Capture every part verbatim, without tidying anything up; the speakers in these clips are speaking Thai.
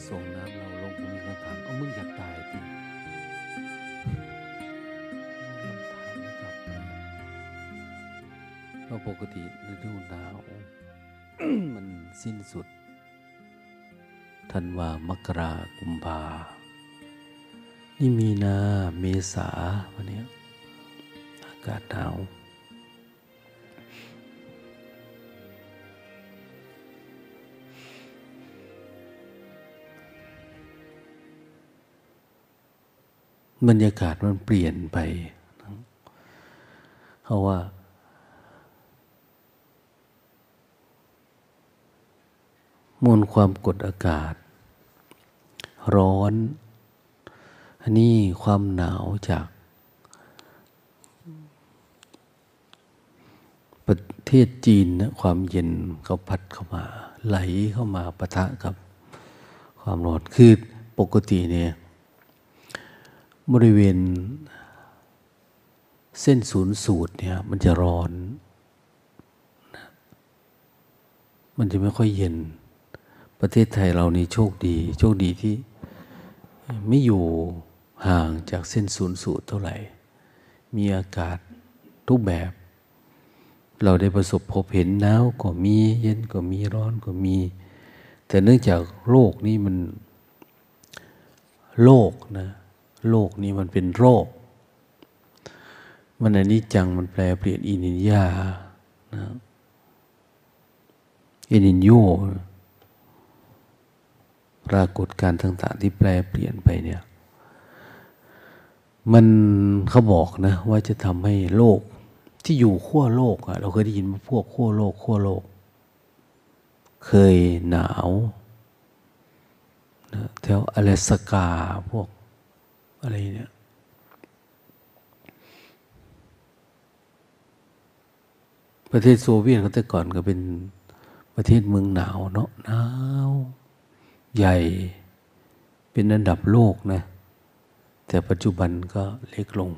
ส่งน้ำเราลงก็มีคำถามเอามึงอยากตายจริงคำถามไม่กลับไปเพราะปกติฤดูหนาว มันสิ้นสุดธันวามกรากุมภานี่มีนาเมษาวันนี้อากาศหนาวบรรยากาศมันเปลี่ยนไปเพราะว่ามวลความกดอากาศร้อนอันนี้ความหนาวจากประเทศจีนนะความเย็นเขาพัดเข้ามาไหลเข้ามาปะทะกับความร้อนคือปกติเนี่ยบริเวณเส้นศูนย์สูตรเนี่ยมันจะร้อนนะมันจะไม่ค่อยเย็นประเทศไทยเรานี่โชคดีโชคดีที่ไม่อยู่ห่างจากเส้นศูนย์สูตรเท่าไหร่มีอากาศทุกแบบเราได้ประสบพบเห็นหนาวก็มีเย็นก็มีร้อนก็มีแต่เนื่องจากโลกนี้มันโลกนะโลกนี้มันเป็นโรคมันอนิจจังมันแปลเปลี่ยนอินินยานะอินินโยปรากฏการต่างๆที่แปลเปลี่ยนไปเนี่ยมันเขาบอกนะว่าจะทำให้โลกที่อยู่ขั้วโลกอะเราเคยได้ยินว่าพวกขั้วโลกขั้วโลกเคยหนาวนะแถวอลาสกาพวกอะไรเนี่ยประเทศโซเวียตเขาแต่ก่อนก็เป็นประเทศเมืองหนาวเนาะหนาวใหญ่เป็นอันดับโลกนะแต่ปัจจุบันก็เล็กลง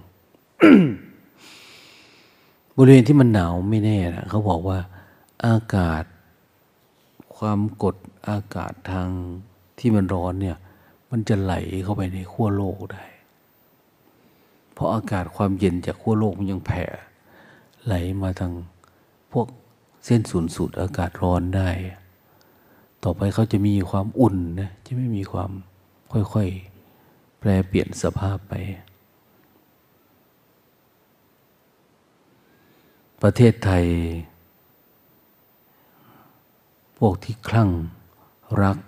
บริเวณที่มันหนาวไม่แน่นะเขาบอกว่าอากาศความกดอากาศทางที่มันร้อนเนี่ยมันจะไหลเข้าไปในขั้วโลกได้เพราะอากาศความเย็นจากขั้วโลกมันยังแผ่ไหลมาทางพวกเส้นศูนย์สูตรอากาศร้อนได้ต่อไปเขาจะมีความอุ่นนะจะไม่มีความค่อยๆแปรเปลี่ยนสภาพไปประเทศไทยพวกที่คลั่งรัก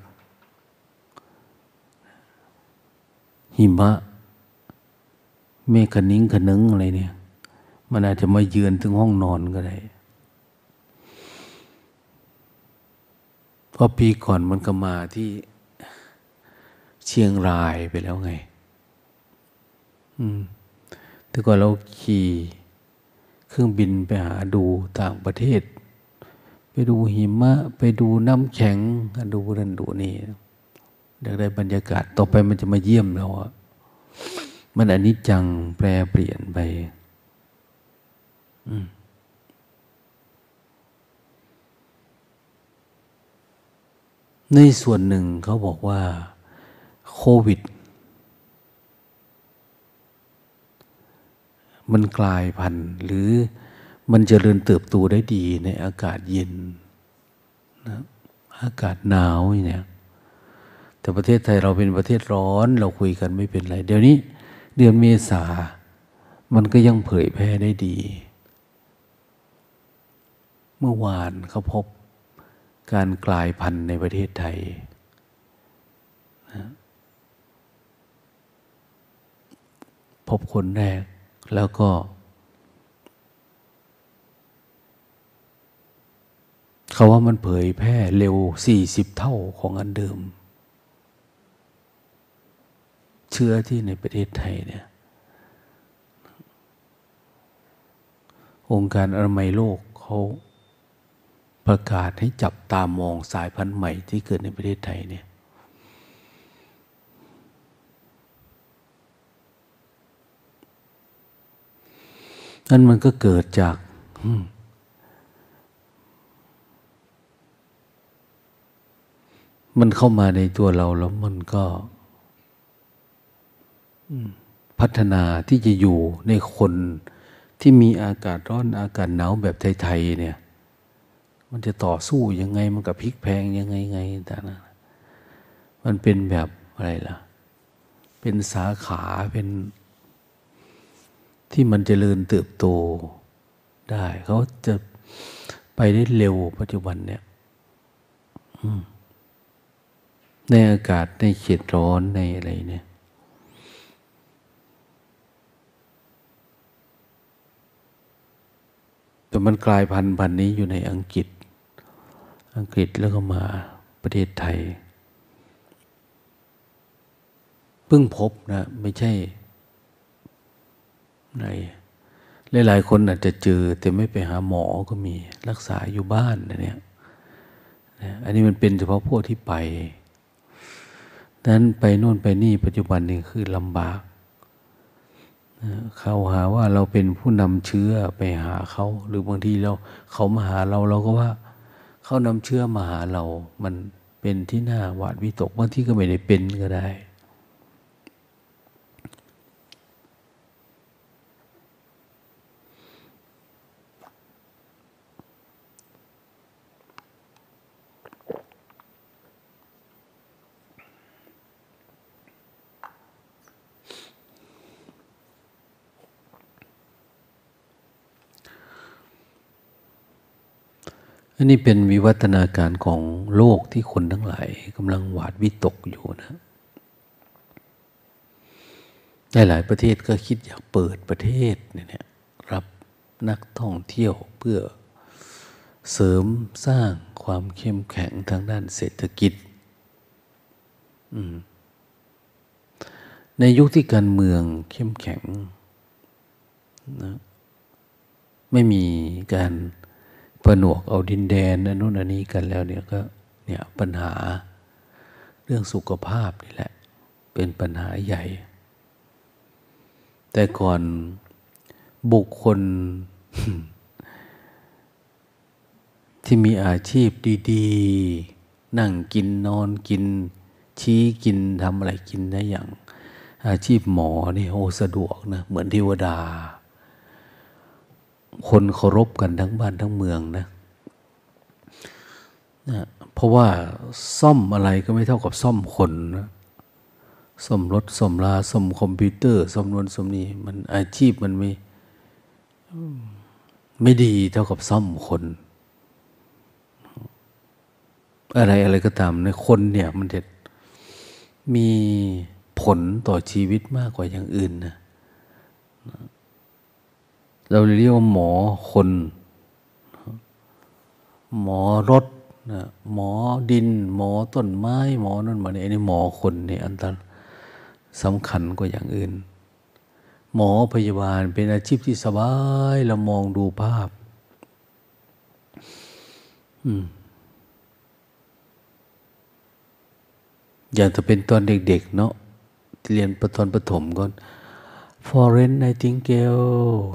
หิมะเมฆนิ้งขนึงอะไรเนี่ยมันอาจจะมาเยือนถึงห้องนอนก็ได้เพราะปีก่อนมันก็มาที่เชียงรายไปแล้วไงอืมแต่ก่อนเราขี่เครื่องบินไปหาดูต่างประเทศไปดูหิมะไปดูน้ำแข็งดูนั่นดูนี่อยากได้บรรยากาศต่อไปมันจะมาเยี่ยมเราอะมันอนิจจังแปรเปลี่ยนไปในส่วนหนึ่งเขาบอกว่าโควิดมันกลายพันธุ์หรือมันเจริญเติบโตได้ดีในอากาศเย็นนะอากาศหนาวเนี่ยแต่ประเทศไทยเราเป็นประเทศร้อนเราคุยกันไม่เป็นไรเดี๋ยวนี้เดือนเมษามันก็ยังเผยแพร่ได้ดีเมื่อวานเขาพบการกลายพันธุ์ในประเทศไทยนะพบคนแรกแล้วก็เขาว่ามันเผยแพร่เร็วสี่สิบเท่าของอันเดิมเชื้อที่ในประเทศไทยเนี่ยองค์การอนามัยโลกเขาประกาศให้จับตามองสายพันธุ์ใหม่ที่เกิดในประเทศไทยเนี่ยนั่นมันก็เกิดจากมันเข้ามาในตัวเราแล้วมันก็พัฒนาที่จะอยู่ในคนที่มีอากาศร้อนอากาศหนาวแบบไทยๆเนี่ยมันจะต่อสู้ยังไงมันกับพลิกแพลงยังไงไงแต่นะมันเป็นแบบอะไรล่ะเป็นสาขาเป็นที่มันจเจริญเติบโตได้เขาจะไปได้เร็วปัจจุบันเนี่ยในอากาศในเขตร้อนในอะไรเนี่ยแต่มันกลายพันธุ์พันธุ์นี้อยู่ในอังกฤษอังกฤษแล้วก็มาประเทศไทยเพิ่งพบนะไม่ใช่ไหนหลายๆคนอาจจะเจอแต่ไม่ไปหาหมอก็มีรักษาอยู่บ้านนะเนี่ยอันนี้มันเป็นเฉพาะพวกที่ไปนั้นไปโน่นไปนี่ปัจจุบันนี้คือลำบากเขาหาว่าเราเป็นผู้นำเชื้อไปหาเขาหรือบางทีเราเขามาหาเราเราก็ว่าเขานำเชื้อมาหาเรามันเป็นที่น่าหวาดวิตกบางทีก็ไม่ได้เป็นก็ได้อันนี้เป็นวิวัฒนาการของโลกที่คนทั้งหลายกำลังหวาดวิตกอยู่นะหลายๆประเทศก็คิดอยากเปิดประเทศเนี่ยรับนักท่องเที่ยวเพื่อเสริมสร้างความเข้มแข็งทางด้านเศรษฐกิจในยุคที่การเมืองเข้มแข็งนะไม่มีการผนวกเอาดินแดนนั่นอันนี้กันแล้วเนี่ยก็เนี่ยปัญหาเรื่องสุขภาพนี่แหละเป็นปัญหาใหญ่แต่ก่อนบุคคล ที่มีอาชีพดีๆนั่งกินนอนกินชี้กินทำอะไรกินได้อย่างอาชีพหมอนี่โอ้สะดวกนะเหมือนเทวดาคนเคารพกันทั้งบ้านทั้งเมืองนะนะเพราะว่าซ่อมอะไรก็ไม่เท่ากับซ่อมคนนะซ่อมรถซ่อมลาซ่อมคอมพิวเตอร์ซ่อมนวนซ่อมนี่มันอาชีพมันไม่ไม่ดีเท่ากับซ่อมคนอะไรอะไรก็ตามในคนเนี่ยมันจะมีผลต่อชีวิตมากกว่าอย่างอื่นนะเราเรียกว่าหมอคนหมอรถนะหมอดินหมอต้นไม้หมอนั่นหมอนี่อันนี้หมอคนนี่อันตรสำคัญกว่าอย่างอื่นหมอพยาบาลเป็นอาชีพที่สบายเรามองดูภาพอืมอย่างถ้าเป็นตอนเด็กๆเนาะเรียนประตอนประถมก่อน Florence Nightingale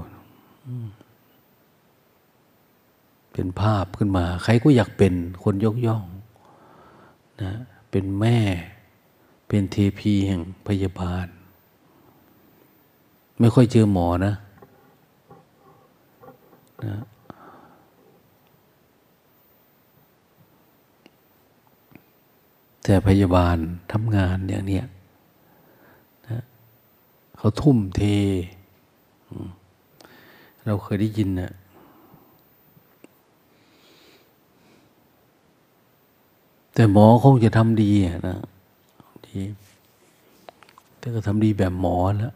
เป็นภาพขึ้นมาใครก็อยากเป็นคนยกย่องนะเป็นแม่เป็นเทพีแห่งพยาบาลไม่ค่อยเจอหมอนะนะแต่พยาบาลทำงานอย่างเนี้ยนะเขาทุ่มเทเราเคยได้ยินนะแต่หมอคงจะทำดีนะดีแต่ก็ทำดีแบบหมอแล้ว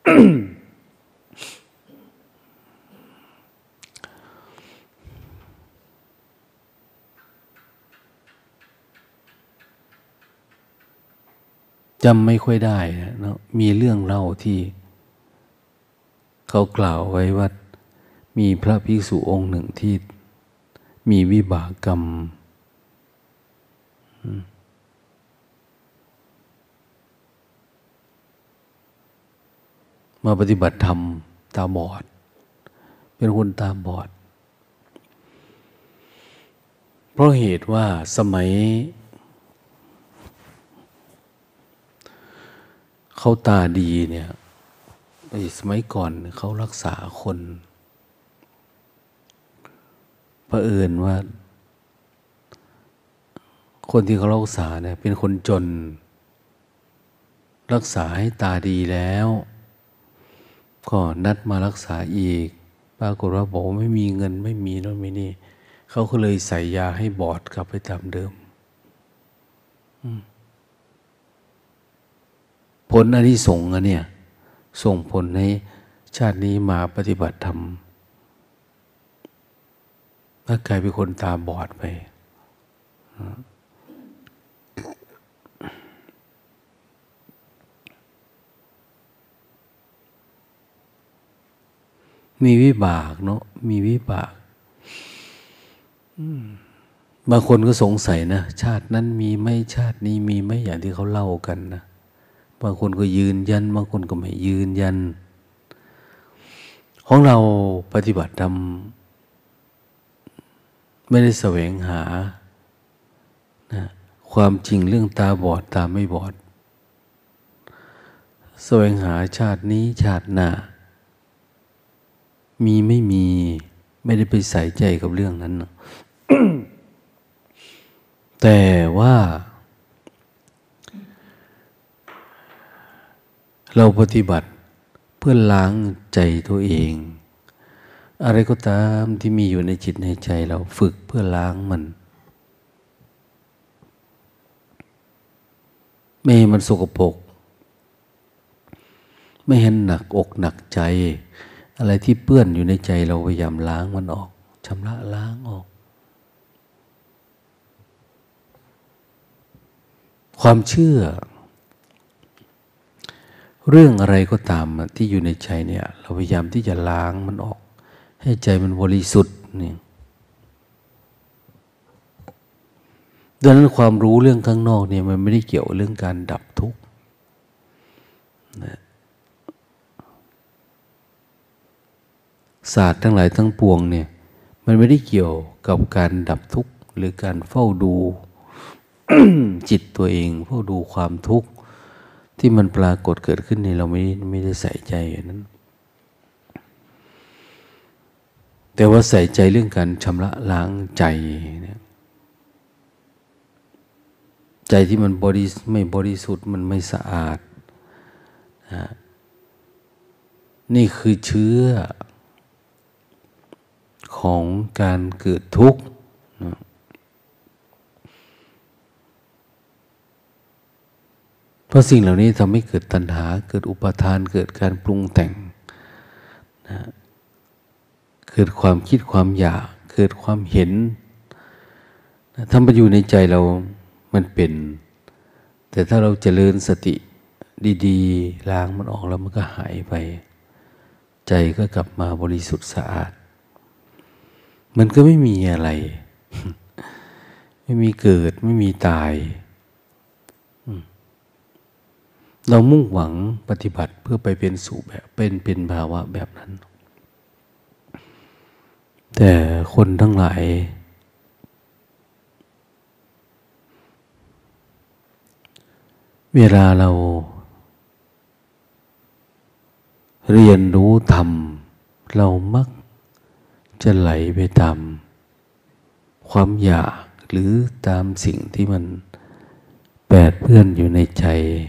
จำไม่ค่อยได้นะเนาะมีเรื่องเล่าที่เขากล่าวไว้ว่ามีพระภิกษุองค์หนึ่งที่มีวิบากกรรมมาปฏิบัติธรรมตาบอดเป็นคนตาบอดเพราะเหตุว่าสมัยเขาตาดีเนี่ยในสมัยก่อนเขารักษาคนเผอิญว่าคนที่เขารักษาเนี่ยเป็นคนจนรักษาให้ตาดีแล้วก็นัดมารักษาอีกปรากฏว่าบอกว่าไม่มีเงินไม่มีโน่นไม่นี่เขาก็เลยใส่ยาให้บอดกลับไปตามเดิมผลอานิสงส์อะเนี่ยส่งผลให้ชาตินี้มาปฏิบัติธรรมถ้ากลายเป็นคนตาบอดไปมีวิบากเนาะมีวิบากบางคนก็สงสัยนะชาตินั้นมีไหมชาตินี้มีไหมอย่างที่เขาเล่ากันนะบางคนก็ยืนยันบางคนก็ไม่ยืนยันของเราปฏิบัติธรรมไม่ได้แสวงหานะความจริงเรื่องตาบอดตาไม่บอดแสวงหาชาตินี้ชาติหน้ามีไม่มีไม่ได้ไปใส่ใจกับเรื่องนั้นนะ แต่ว่าเราปฏิบัติเพื่อล้างใจตัวเองอะไรก็ตามที่มีอยู่ในจิตในใจเราฝึกเพื่อล้างมันไม่ให้มันสกปรกไม่ให้หนักอกหนักใจอะไรที่เปื้อนอยู่ในใจเราพยายามล้างมันออกชำระล้างออกความเชื่อเรื่องอะไรก็ตามที่อยู่ในใจเนี่ยเราพยายามที่จะล้างมันออกให้ใจมันบริสุทธิ์เนี่ยดังนั้นความรู้เรื่องข้างนอกเนี่ยมันไม่ได้เกี่ยวเรื่องการดับทุกข์นะศาสตร์ทั้งหลายทั้งปวงเนี่ยมันไม่ได้เกี่ยวกับการดับทุกข์หรือการเฝ้าดู จิตตัวเองเฝ้าดูความทุกข์ที่มันปรากฏเกิดขึ้นในเราไม่ไม่ได้ใส่ใจอย่างนั้นแต่ว่าใส่ใจเรื่องการชำระล้างใจเนี่ยใจที่มันบริไม่บริสุทธิ์มันไม่สะอาดนะนี่คือเชื้อของการเกิดทุกข์นะเพราะสิ่งเหล่านี้ทำให้เกิดตัณหาเกิดอุปาทานเกิดการปรุงแต่งนะเกิดความคิดความอยากเกิดความเห็นนะถ้ามันอยู่ในใจเรามันเป็นแต่ถ้าเราเจริญสติดีๆล้างมันออกแล้วมันก็หายไปใจก็กลับมาบริสุทธิ์สะอาดมันก็ไม่มีอะไร ไม่มีเกิดไม่มีตายเรามุ่งหวังปฏิบัติเพื่อไปเป็นสู่แบบเป็นเป็นภาวะแบบนั้นแต่คนทั้งหลายเวลาเราเรียนรู้ธรรมเรามักจะไหลไปตามความอยากหรือตามสิ่งที่มันแปดเปื้อนอยู่ในใจ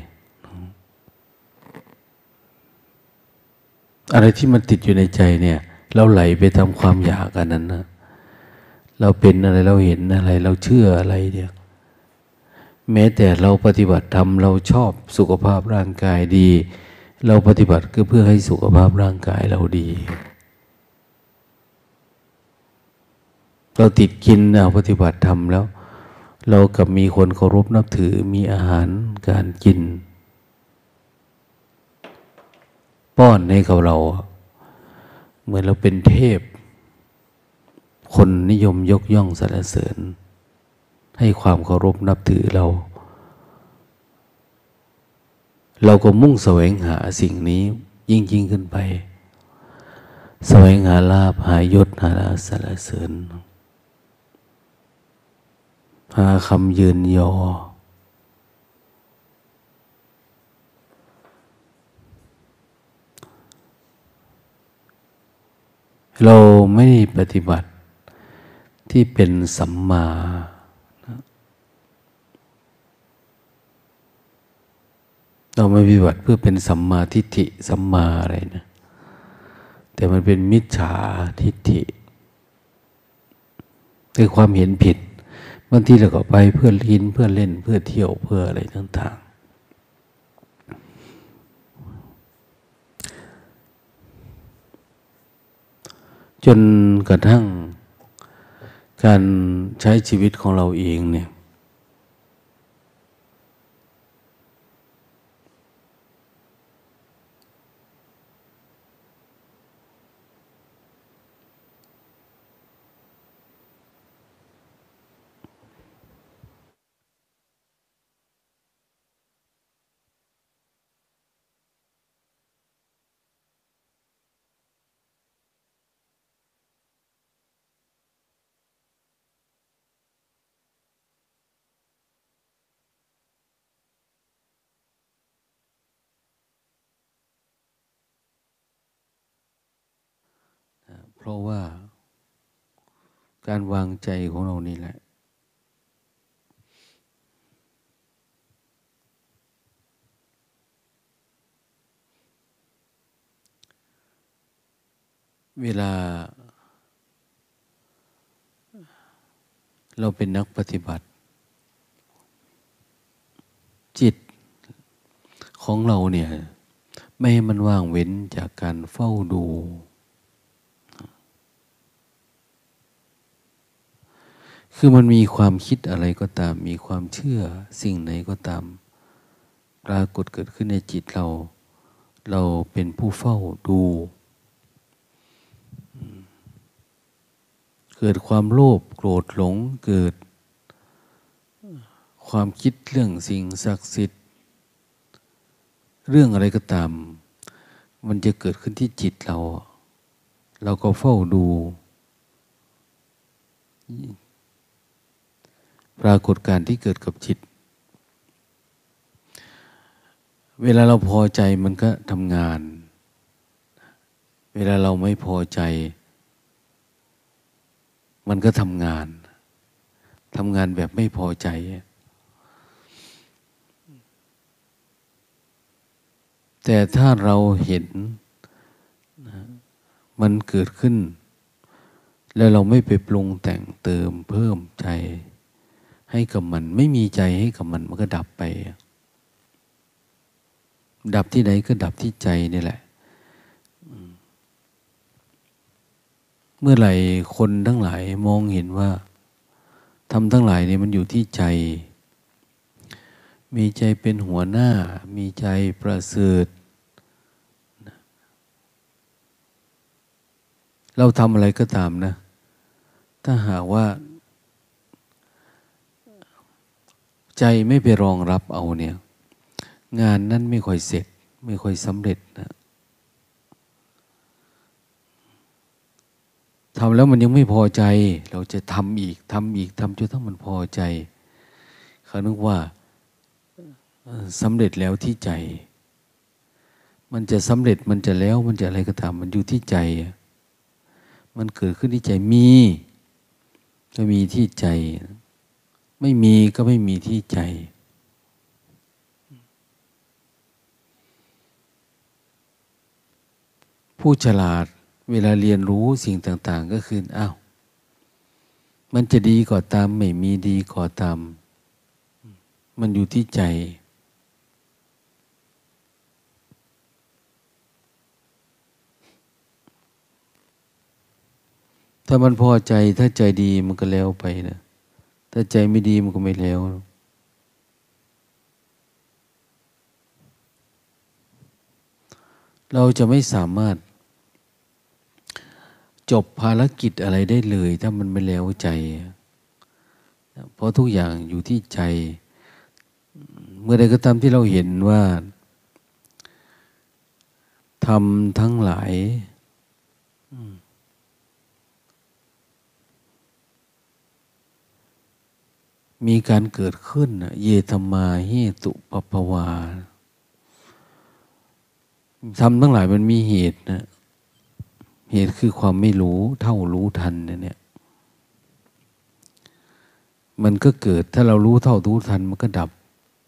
อะไรที่มันติดอยู่ในใจเนี่ยเราไหลไปตามความอยากกันนั้นนะเราเป็นอะไรเราเห็นอะไรเราเชื่ออะไรเนี่ยแม้แต่เราปฏิบัติธรรมเราชอบสุขภาพร่างกายดีเราปฏิบัติก็เพื่อให้สุขภาพร่างกายเราดีเราติดกินเอาปฏิบัติธรรมแล้วเรากับมีคนเคารพนับถือมีอาหารการกินป้อนให้กับเราเหมือนเราเป็นเทพคนนิยมยกย่องสรรเสริญให้ความเคารพนับถือเราเราก็มุ่งแสวงหาสิ่งนี้ยิ่งยิ่งขึ้นไปแสวงหาลาภหายศหาลาภสรรเสริญหาคำยืนยอเราไม่ได้ปฏิบัติที่เป็นสัมมาเราไม่ปฏิบัติเพื่อเป็นสัมมาทิฏฐิสัมมาอะไรนะแต่มันเป็นมิจฉาทิฏฐิคือความเห็นผิดบางทีเราก็ไปเพื่อลินเพื่อเล่นเพื่อเที่ยวเพื่ออะไรต่างๆจนกระทั่งการใช้ชีวิตของเราเองเนี่ยเพราะว่าการวางใจของเรานี่แหละเวลาเราเป็นนักปฏิบัติจิตของเราเนี่ยไม่ให้มันว่างเว้นจากการเฝ้าดูคือมันมีความคิดอะไรก็ตามมีความเชื่อสิ่งไหนก็ตามปรากฏเกิดขึ้นในจิตเราเราเป็นผู้เฝ้าดูเกิดความโลภโกรธหลงเกิดความคิดเรื่องสิ่งศักดิ์สิทธิ์เรื่องอะไรก็ตามมันจะเกิดขึ้นที่จิตเราเราก็เฝ้าดูปรากฏการณ์ที่เกิดกับจิตเวลาเราพอใจมันก็ทำงานเวลาเราไม่พอใจมันก็ทำงานทำงานแบบไม่พอใจแต่ถ้าเราเห็นมันเกิดขึ้นแล้วเราไม่ไปปรุงแต่งเติมเพิ่มใจให้กับมันไม่มีใจให้กับมันมันก็ดับไปดับที่ไหนก็ดับที่ใจนี่แหละเมื่อไหร่คนทั้งหลายมองเห็นว่าทำทั้งหลายนี่มันอยู่ที่ใจมีใจเป็นหัวหน้ามีใจประเสริฐเราทำอะไรก็ตามนะถ้าหากว่าใจไม่ไปรองรับเอาเนี่ยงานนั้นไม่ค่อยเสร็จไม่ค่อยสำเร็จนะทำแล้วมันยังไม่พอใจเราจะทำอีกทำอีกทำจนทั้งมันพอใจเขานึกว่าสำเร็จแล้วที่ใจมันจะสำเร็จมันจะแล้วมันจะอะไรก็ตามมันอยู่ที่ใจมันเกิดขึ้นที่ใจมีก็มีที่ใจไม่มีก็ไม่มีที่ใจผู้ฉลาดเวลาเรียนรู้สิ่งต่างๆก็คืออ้าวมันจะดีก็ตามไม่มีดีก็ตามมันอยู่ที่ใจถ้ามันพอใจถ้าใจดีมันก็แล้วไปนะถ้าใจไม่ดีมันก็ไม่แล้วเราจะไม่สามารถจบภารกิจอะไรได้เลยถ้ามันไม่แล้วใจเพราะทุกอย่างอยู่ที่ใจเมื่อใดก็ตามที่เราเห็นว่าทำทั้งหลายมีการเกิดขึ้นเยธรรมาเหตุปัปภวาทำทั้งหลายมันมีเหตุนะเหตุคือความไม่รู้เท่ารู้ทันเนี่ยมันก็เกิดถ้าเรารู้เท่ารู้ทันมันก็ดับ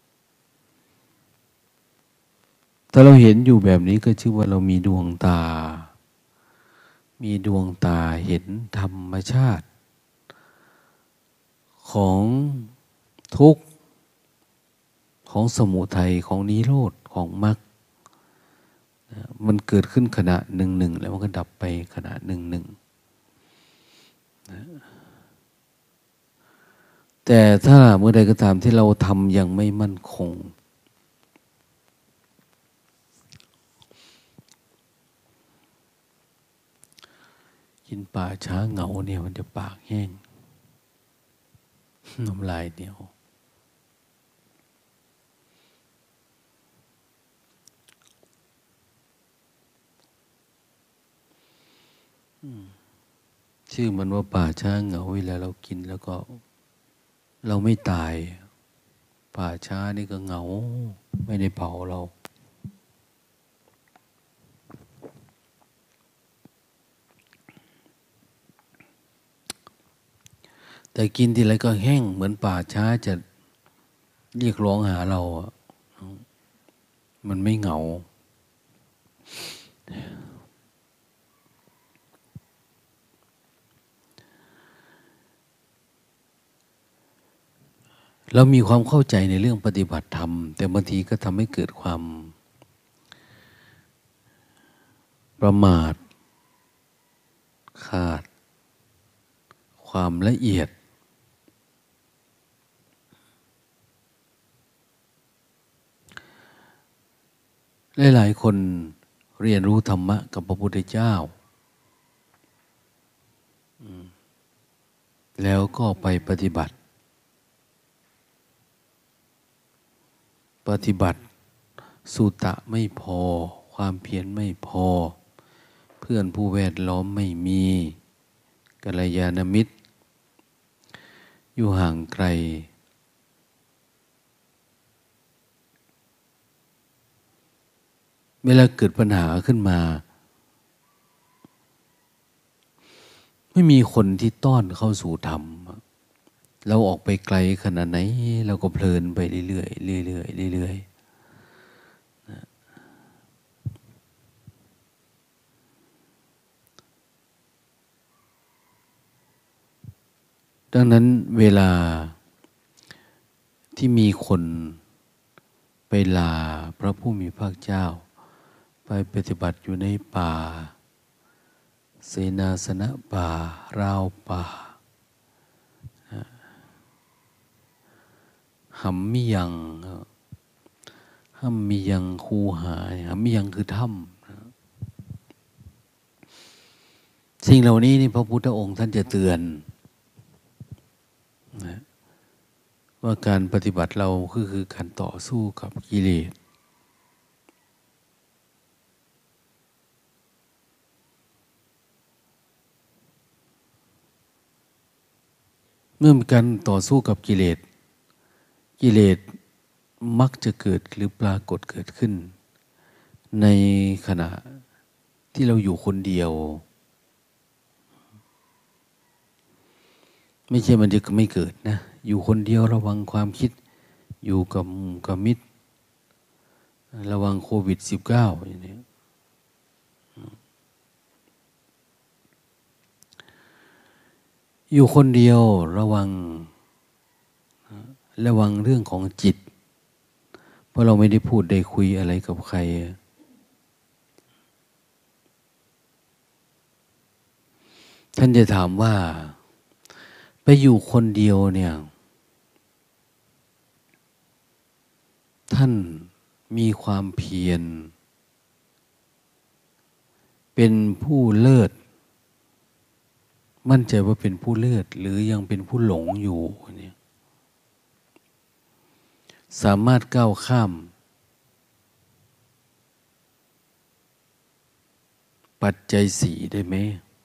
ถ้าเราเห็นอยู่แบบนี้ก็ชื่อว่าเรามีดวงตามีดวงตาเห็นธรรมชาติของทุกข์ของสมุทัยของนิโรธของมรรคมันเกิดขึ้นขณะหนึ่งหนึ่งแล้วมันก็ดับไปขณะหนึ่งหนึ่งแต่ถ้าเมื่อใดก็ตามที่เราทำยังไม่มั่นคงกินป่าช้าเหงาเนี่ยมันจะปากแห้งน้ำลายเหนียวชื่อมันว่าป่าช้าเหงาเวลาเรากินแล้วก็เราไม่ตายป่าช้านี่ก็เหงาไม่ได้เผาเราแต่กินทีไรก็แห้งเหมือนป่าช้าจะเรียกร้องหาเราอะมันไม่เหงาเรามีความเข้าใจในเรื่องปฏิบัติธรรมแต่บางทีก็ทำให้เกิดความประมาทขาดความละเอียดหลายๆคนเรียนรู้ธรรมะกับพระพุทธเจ้าแล้วก็ไปปฏิบัติปฏิบัติสุตะไม่พอความเพียรไม่พอเพื่อนผู้แวดล้อมไม่มีกัลยาณมิตรอยู่ห่างไกลเวลาเกิดปัญหาขึ้นมาไม่มีคนที่ต้อนเข้าสู่ธรรมเราออกไปไกลขนาดไหนเราก็เพลินไปเรื่อยๆเรื่อยๆเรื่อยๆดังนั้นเวลาที่มีคนไปลาพระผู้มีพระเจ้าไปปฏิบัติอยู่ในป่าเสนาสนะป่าราวป่าหัมมิยังหัมมิยังคูหาหัมมิยังคือถ้ำสิ่งเหล่านี้นี่พระพุทธองค์ท่านจะเตือนนะว่าการปฏิบัติเราคือคือการต่อสู้กับกิเลสเมื่อมีการต่อสู้กับกิเลสกิเลสมักจะเกิดหรือปรากฏเกิดขึ้นในขณะที่เราอยู่คนเดียวไม่ใช่มันจะไม่เกิดนะอยู่คนเดียวระวังความคิดอยู่กับกับมิตรระวังโควิด สิบเก้า อย่างนี้อยู่คนเดียวระวังระวังเรื่องของจิตเพราะเราไม่ได้พูดได้คุยอะไรกับใครท่านจะถามว่าไปอยู่คนเดียวเนี่ยท่านมีความเพียรเป็นผู้เลิศมั่นใจว่าเป็นผู้เลิศหรือยังเป็นผู้หลงอยู่เนี่ยสามารถก้าวข้ามปัจจัยสี่ได้ไหม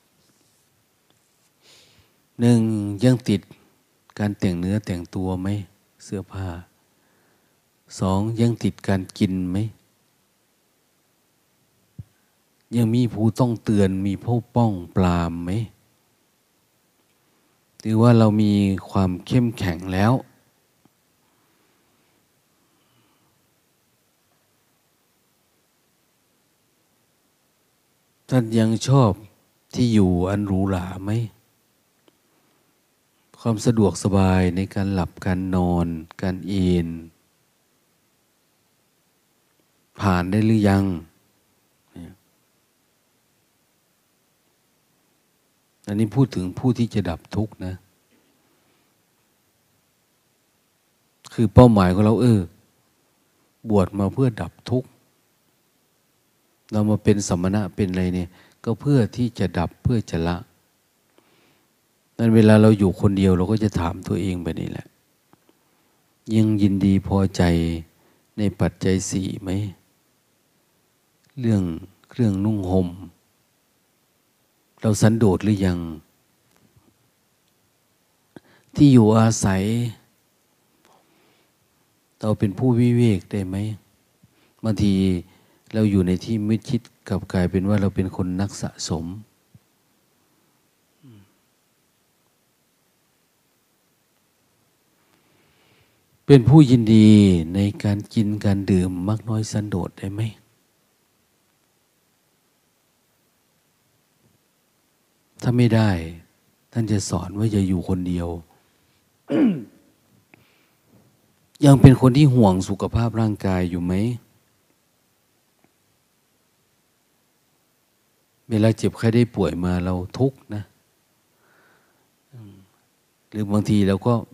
หนึ่งยังติดการแต่งเนื้อแต่งตัวไหมเสื้อผ้าสองยังติดการกินไหมยังมีผู้ต้องเตือนมีผู้ป้องปรามไหมหรือว่าเรามีความเข้มแข็งแล้วท่านยังชอบที่อยู่อันหรูหราไหมความสะดวกสบายในการหลับการนอนการเอนผ่านได้หรือยังอันนี้พูดถึงผู้ที่จะดับทุกข์นะคือเป้าหมายของเราเออบวชมาเพื่อดับทุกข์เรามาเป็นสมณะเป็นอะไรเนี่ยก็เพื่อที่จะดับเพื่อจะละนั้นเวลาเราอยู่คนเดียวเราก็จะถามตัวเองไปนี่แหละยังยินดีพอใจในปัจจัยสี่ไหมเรื่องเครื่องนุ่งห่มเราสันโดษหรือยังที่อยู่อาศัยเราเป็นผู้วิเวกได้ไหมบางทีเราอยู่ในที่มิดชิดกลับกลายเป็นว่าเราเป็นคนนักสะสมเป็นผู้ยินดีในการกินการดื่มมากน้อยสันโดษได้ไหมถ้าไม่ได้ท่านจะสอนว่าอย่าอยู่คนเดียว ยังเป็นคนที่ห่วงสุขภาพร่างกายอยู่ไหมเวลาเจ็บไข้ได้ป่วยมาเราทุกข์นะหรือบางทีเราก็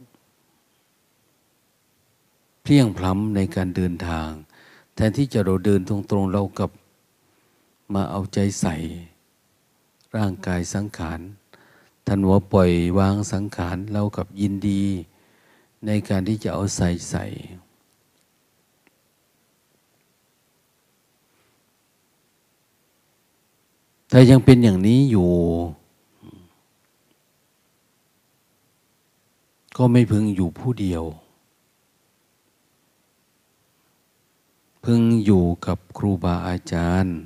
เพลียงพล้ำในการเดินทางแทนที่จะเราเดินตรงๆเรากับมาเอาใจใส่ร่างกายสังขารท่านว่าปล่อยวางสังขารเรากับยินดีในการที่จะเอาใส่ใส่แต่ยังเป็นอย่างนี้อยู่ก็ไม่พึงอยู่ผู้เดียวพึงอยู่กับครูบาอาจารย์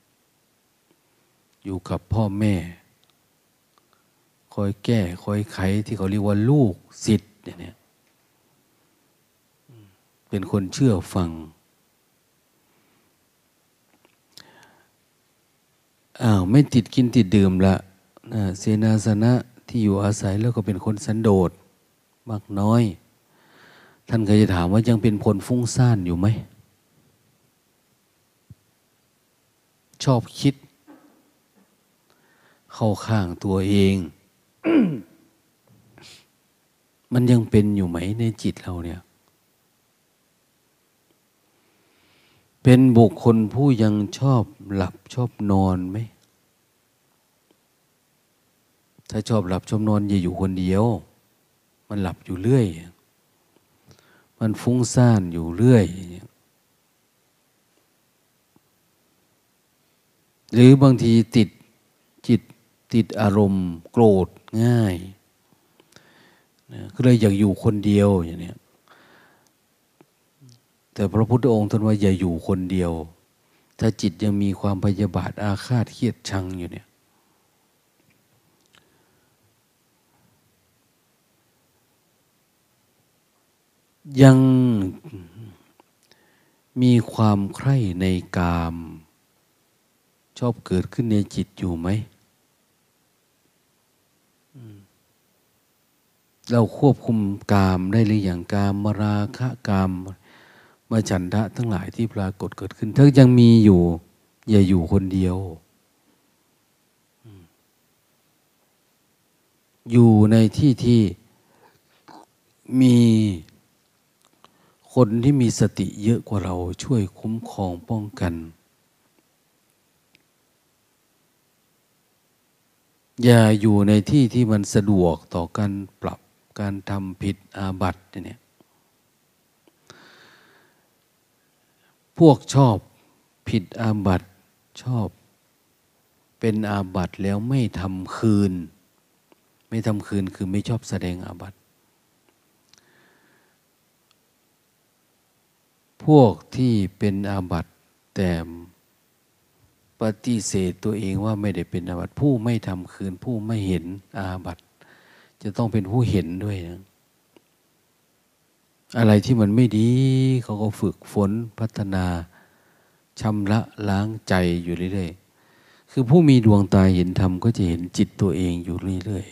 อยู่กับพ่อแม่คอยแก้คอยไขที่เขาเรียกว่าลูกศิษย์เนี่ยเป็นคนเชื่อฟังอ้าวไม่ติดกินติดดื่มละนะเสนาสนะที่อยู่อาศัยแล้วก็เป็นคนสันโดษมากน้อยท่านเคยจะถามว่ายังเป็นคนฟุ้งซ่านอยู่ไหมชอบคิดเข้าข้างตัวเอง มันยังเป็นอยู่ไหมในจิตเราเนี่ยเป็นบุคคลผู้ยังชอบหลับชอบนอนไหมถ้าชอบหลับชอบนอนอย่าอยู่คนเดียวมันหลับอยู่เรื่อยมันฟุ้งซ่านอยู่เรื่อยหรือบางทีติดจิตติดอารมณ์โกรธง่ายนะก็เลยอยากอยู่คนเดียวอย่างนี้แต่พระพุทธองค์ท่านว่าอย่าอยู่คนเดียวถ้าจิตยังมีความพยาบาทอาฆาตเคียดชังอยู่เนี่ยยังมีความใคร่ในกามชอบเกิดขึ้นในจิตอยู่ไหมเราควบคุมกามได้หรืออย่างกามมราคะกามมาฉันทะทั้งหลายที่ปรากฏเกิดขึ้นถ้ายังมีอยู่อย่าอยู่คนเดียวอยู่ในที่ที่มีคนที่มีสติเยอะกว่าเราช่วยคุ้มครองป้องกันอย่าอยู่ในที่ที่มันสะดวกต่อการปรับการทำผิดอาบัติเนี่ยพวกชอบผิดอาบัติชอบเป็นอาบัติแล้วไม่ทำคืนไม่ทำคืนคือไม่ชอบแสดงอาบัติพวกที่เป็นอาบัติแต่ปฏิเสธตัวเองว่าไม่ได้เป็นอาบัติผู้ไม่ทำคืนผู้ไม่เห็นอาบัติจะต้องเป็นผู้เห็นด้วยนะอะไรที่มันไม่ดีเขาก็ฝึกฝนพัฒนาชำระล้างใจอยู่เรื่อยๆคือผู้มีดวงตาเห็นธรรมก็จะเห็นจิตตัวเองอยู่เรื่อย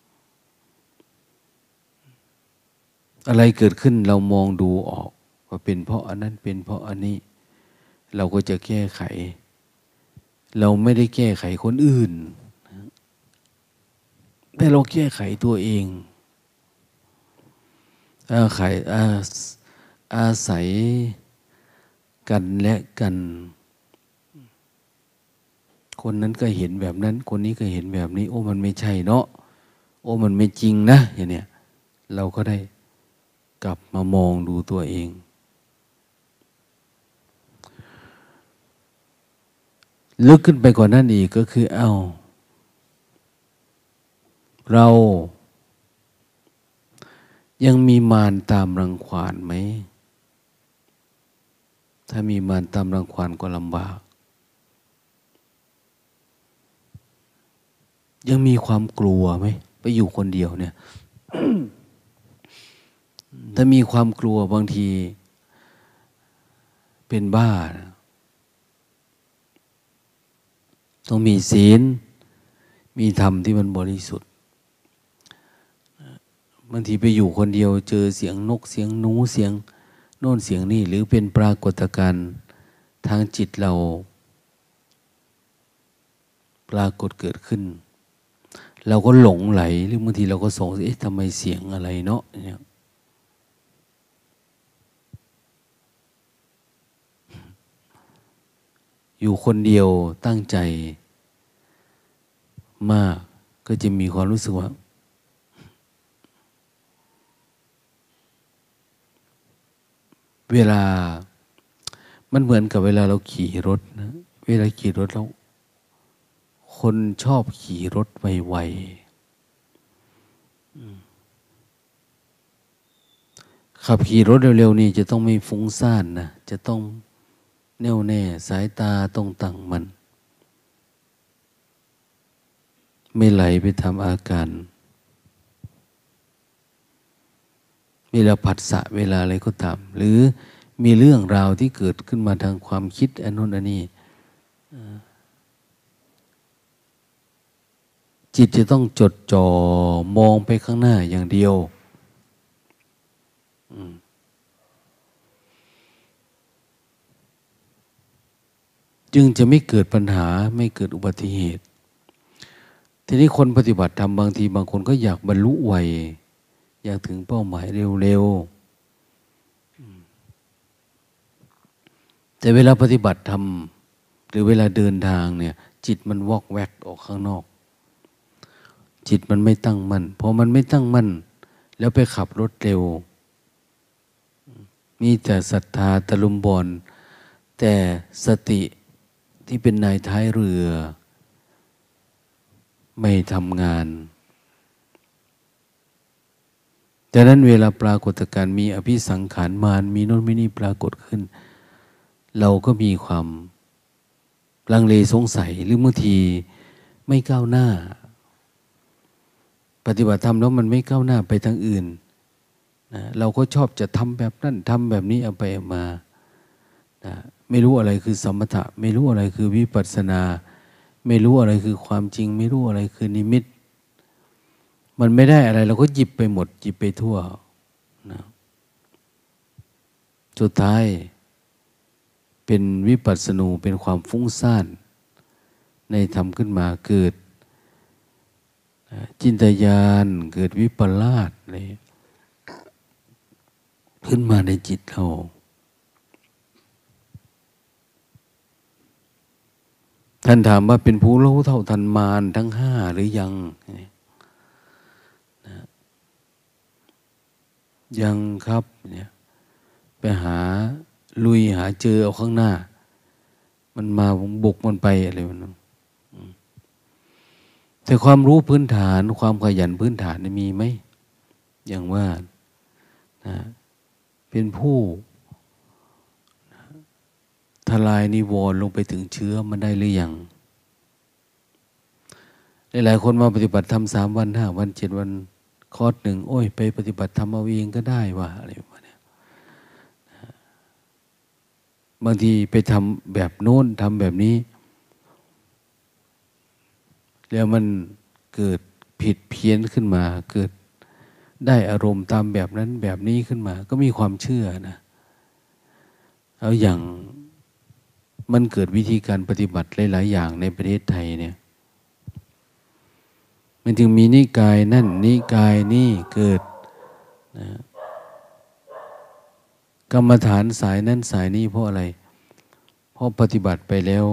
ๆอะไรเกิดขึ้นเรามองดูออกว่าเป็นเพราะอันนั้นเป็นเพราะอันนี้เราก็จะแก้ไขเราไม่ได้แก้ไขคนอื่นแต่เราแก้ไขตัวเองอาศัยอาอาศัยกันและกันคนนั้นก็เห็นแบบนั้นคนนี้ก็เห็นแบบนี้โอ้มันไม่ใช่เนาะโอ้มันไม่จริงนะอย่างเนี้ยเราก็ได้กลับมามองดูตัวเองลึกขึ้นไปกว่านั้นอีกก็คือเอาเรายังมีมารตามรังควานไหมถ้ามีมารตามรังควานก็ลำบากยังมีความกลัวไหมไปอยู่คนเดียวเนี่ย ถ้ามีความกลัวบางทีเป็นบ้านะต้องมีศีลมีธรรมที่มันบริสุทธิ์บางทีไปอยู่คนเดียวเจอเสียงนกเสียงหนูเสียงโน่นเสียงนี่หรือเป็นปรากฏการณ์ทางจิตเราปรากฏเกิดขึ้นเราก็หลงไหลหรือบางทีเราก็สงสัยเอ๊ะทำไมเสียงอะไรเนาะเนี่ยอยู่คนเดียวตั้งใจมากก็จะมีความรู้สึกว่าเวลามันเหมือนกับเวลาเราขี่รถนะเวลาขี่รถแล้วคนชอบขี่รถไวๆขับขี่รถเร็วๆนี่จะต้องไม่ฟุ้งซ่านนะจะต้องแน่วแน่สายตาต้องตั้งมันไม่ไหลไปทำอาการเวลาผัสสะเวลาอะไรก็ตามหรือมีเรื่องราวที่เกิดขึ้นมาทางความคิดอันนู้นอันนี้จิตจะต้องจดจ่อมองไปข้างหน้าอย่างเดียวจึงจะไม่เกิดปัญหาไม่เกิดอุบัติเหตุทีนี้คนปฏิบัติธรรมบางทีบางคนก็อยากบรรลุไวอยากถึงเป้าหมายเร็วๆแต่เวลาปฏิบัติธรรมหรือเวลาเดินทางเนี่ยจิตมันวอกแวกออกข้างนอกจิตมันไม่ตั้งมั่นพอมันไม่ตั้งมั่นแล้วไปขับรถเร็วมีแต่ศรัทธาตะลุมบอลแต่สติที่เป็นนายท้ายเรือไม่ทำงานดังนั้นเวลาปรากฏการณ์มีอภิสังขารมารมีโน่นมีนี่ปรากฏขึ้นเราก็มีความลังเลสงสัยหรือบางทีไม่ก้าวหน้าปฏิบัติธรรมแล้วมันไม่ก้าวหน้าไปทางอื่นนะเราก็ชอบจะทำแบบนั้นทำแบบนี้เอาไปเอามานะไม่รู้อะไรคือสมถะไม่รู้อะไรคือวิปัสสนาไม่รู้อะไรคือความจริงไม่รู้อะไรคือนิมิตมันไม่ได้อะไรเราก็หยิบไปหมดหยิบไปทั่วนะสุดท้ายเป็นวิปัสสนูเป็นความฟุ้งซ่านในธรรมขึ้นมาเกิดจินตญาณเกิดวิปลาสอะไรขึ้นมาในจิตเราท่านถามว่าเป็นผู้รู้เท่าทันมารทั้งห้าหรือยังนะยังครับเนี่ยไปหาลุยหาเจอเอาข้างหน้ามันมาบุกมันไปอะไรมันแต่ความรู้พื้นฐานความขยันพื้นฐานมีไหมอย่างว่านะเป็นผู้ทลายนิวรณ์ลงไปถึงเชื้อมันได้หรือยังหลายๆคนมาปฏิบัติธรรมสามวันห้าวันเจ็ดวันคอร์สหนึ่งโอ้ยไปปฏิบัติธรรมเอาเองก็ได้ว่าอะไรประมาณนี้บางทีไปทำแบบโน้นทำแบบนี้แล้วมันเกิดผิดเพี้ยนขึ้นมาเกิดได้อารมณ์ตามแบบนั้นแบบนี้ขึ้นมาก็มีความเชื่อนะแล้วอย่างมันเกิดวิธีการปฏิบัติหลายๆอย่างในประเทศไทยเนี่ยมันจึงมีนิกายนั่นนิกายนี่เกิดนะกรรมฐานสายนั้นสายนี้เพราะอะไรเพราะปฏิบัติไปแล้ว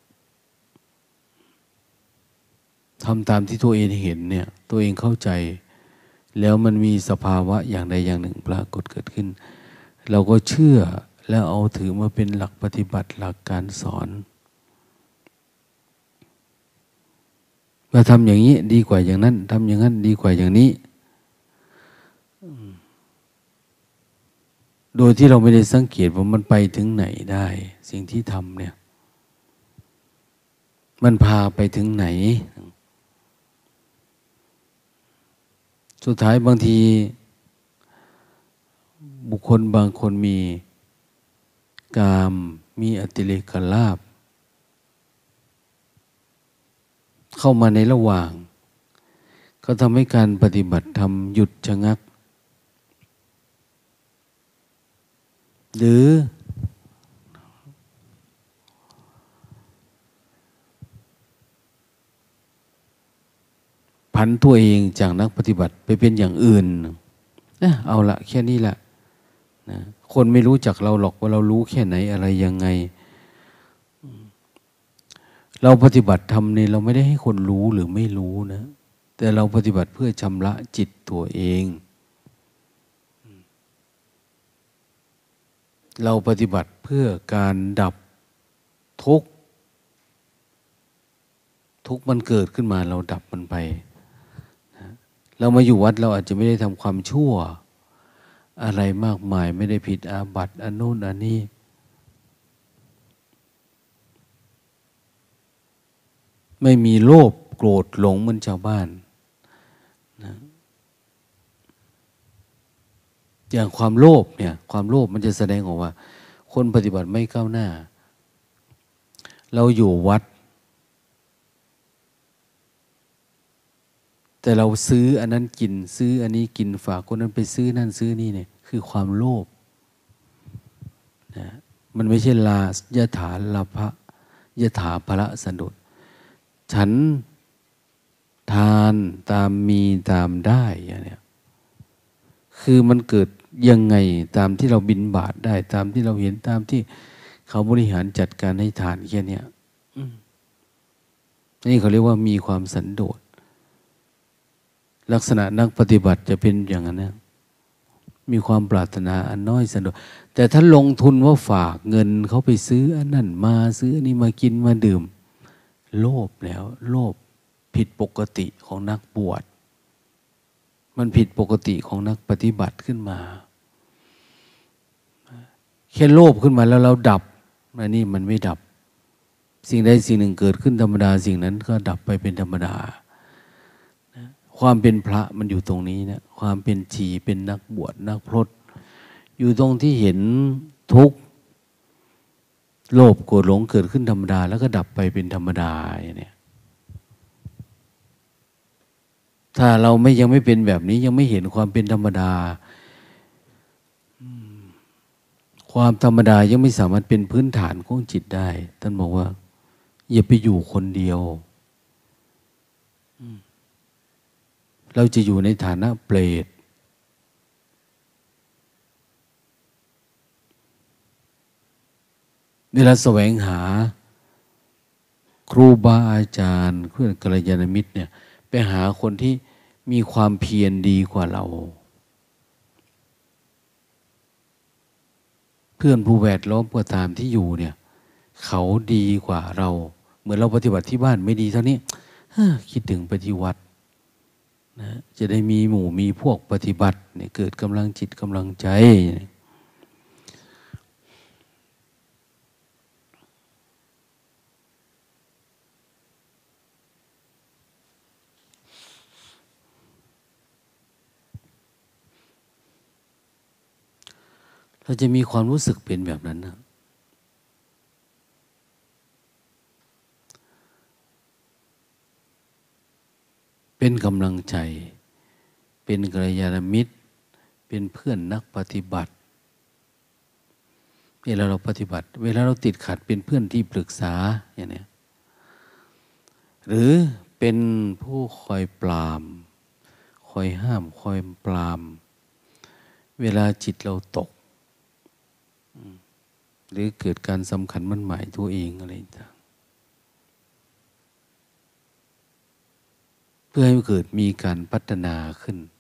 ทำตามที่ตัวเองเห็นเนี่ยตัวเองเข้าใจแล้วมันมีสภาวะอย่างใดอย่างหนึ่งปรากฏเกิดขึ้นเราก็เชื่อแล้วเอาถือมาเป็นหลักปฏิบัติหลักการสอนมาทำอย่างนี้ดีกว่าอย่างนั้นทำอย่างนั้นดีกว่าอย่างนี้โดยที่เราไม่ได้สังเกตว่ามันไปถึงไหนได้สิ่งที่ทำเนี่ยมันพาไปถึงไหนสุดท้ายบางทีบุคคลบางคนมีกามมีอติเรกลาภเข้ามาในระหว่างก็ทำให้การปฏิบัติธรรมหยุดชะงักหรือผันตัวเองจากนักปฏิบัติไปเป็นอย่างอื่นนะเอาละแค่นี้แหละนะคนไม่รู้จักเราหรอกว่าเรารู้แค่ไหนอะไรยังไงเราปฏิบัติธรรมเนี่ยเราไม่ได้ให้คนรู้หรือไม่รู้นะแต่เราปฏิบัติเพื่อชำระจิตตัวเองเราปฏิบัติเพื่อการดับทุกข์ทุกข์มันเกิดขึ้นมาเราดับมันไปนะเรามาอยู่วัดเราอาจจะไม่ได้ทำความชั่วอะไรมากมายไม่ได้ผิดอาบัติอันโน้นอันนี้ไม่มีโลภโกรธหลงเหมือนชาวบ้านนะอย่างความโลภเนี่ยความโลภมันจะแสดงออกว่าคนปฏิบัติไม่ก้าวหน้าเราอยู่วัดแต่เราซื้ออันนั้นกินซื้ออันนี้กินฝากคนนั้นไปซื้อนั่นซื้อนี่เนี่ยคือความโลภนะมันไม่ใช่ลายถาลาภะยถาภละสันโดษฉันทานตามมีตามได้อย่างเนี้ยคือมันเกิดยังไงตามที่เราบิณฑบาตได้ตามที่เราเห็นตามที่เขาบริหารจัดการให้ทานแค่นี้นี่เขาเรียกว่ามีความสันโดษลักษณะนักปฏิบัติจะเป็นอย่างนั้นนะมีความปรารถนาอันน้อยสันโดษแต่ถ้าลงทุนว่าฝากเงินเขาไปซื้ออันนั้นมาซื้ออันนี้มากินมาดื่มโลภแล้วโลภผิดปกติของนักบวชมันผิดปกติของนักปฏิบัติขึ้นมาแค่โลภขึ้นมาแล้วเราดับอันนี้มันไม่ดับสิ่งใดสิ่งหนึ่งเกิดขึ้นธรรมดาสิ่งนั้นก็ดับไปเป็นธรรมดาความเป็นพระมันอยู่ตรงนี้นะความเป็นชีเป็นนักบวชนักพรตอยู่ตรงที่เห็นทุกข์โลภโกรธหลงเกิดขึ้นธรรมดาแล้วก็ดับไปเป็นธรรมดาอย่างนี้ถ้าเราไม่ยังไม่เป็นแบบนี้ยังไม่เห็นความเป็นธรรมดาความธรรมดายังไม่สามารถเป็นพื้นฐานของจิตได้ท่านบอกว่าอย่าไปอยู่คนเดียวเราจะอยู่ในฐานะเปรตเวลาแสวงหาครูบาอาจารย์เพื่อนกัลยาณมิตรเนี่ยไปหาคนที่มีความเพียรดีกว่าเราเพื่อนผู้แวดล้อมก็ตามที่อยู่เนี่ยเขาดีกว่าเราเหมือนเราปฏิบัติที่บ้านไม่ดีเท่านี้คิดถึงปฏิวัตินะจะได้มีหมู่มีพวกปฏิบัติเนี่ยเกิดกำลังจิตกำลังใจเราจะมีความรู้สึกเป็นแบบนั้นนะเป็นกำลังใจเป็นกัลยาณมิตรเป็นเพื่อนนักปฏิบัติเวลาเราปฏิบัติเวลาเราติดขัดเป็นเพื่อนที่ปรึกษาอย่างนี้หรือเป็นผู้คอยปรามคอยห้ามคอยปรามเวลาจิตเราตกหรือเกิดการสำคัญมั่นหมายตัวเองอะไรต่างเพื่อให้เกิดมีการพัฒนาขึ้น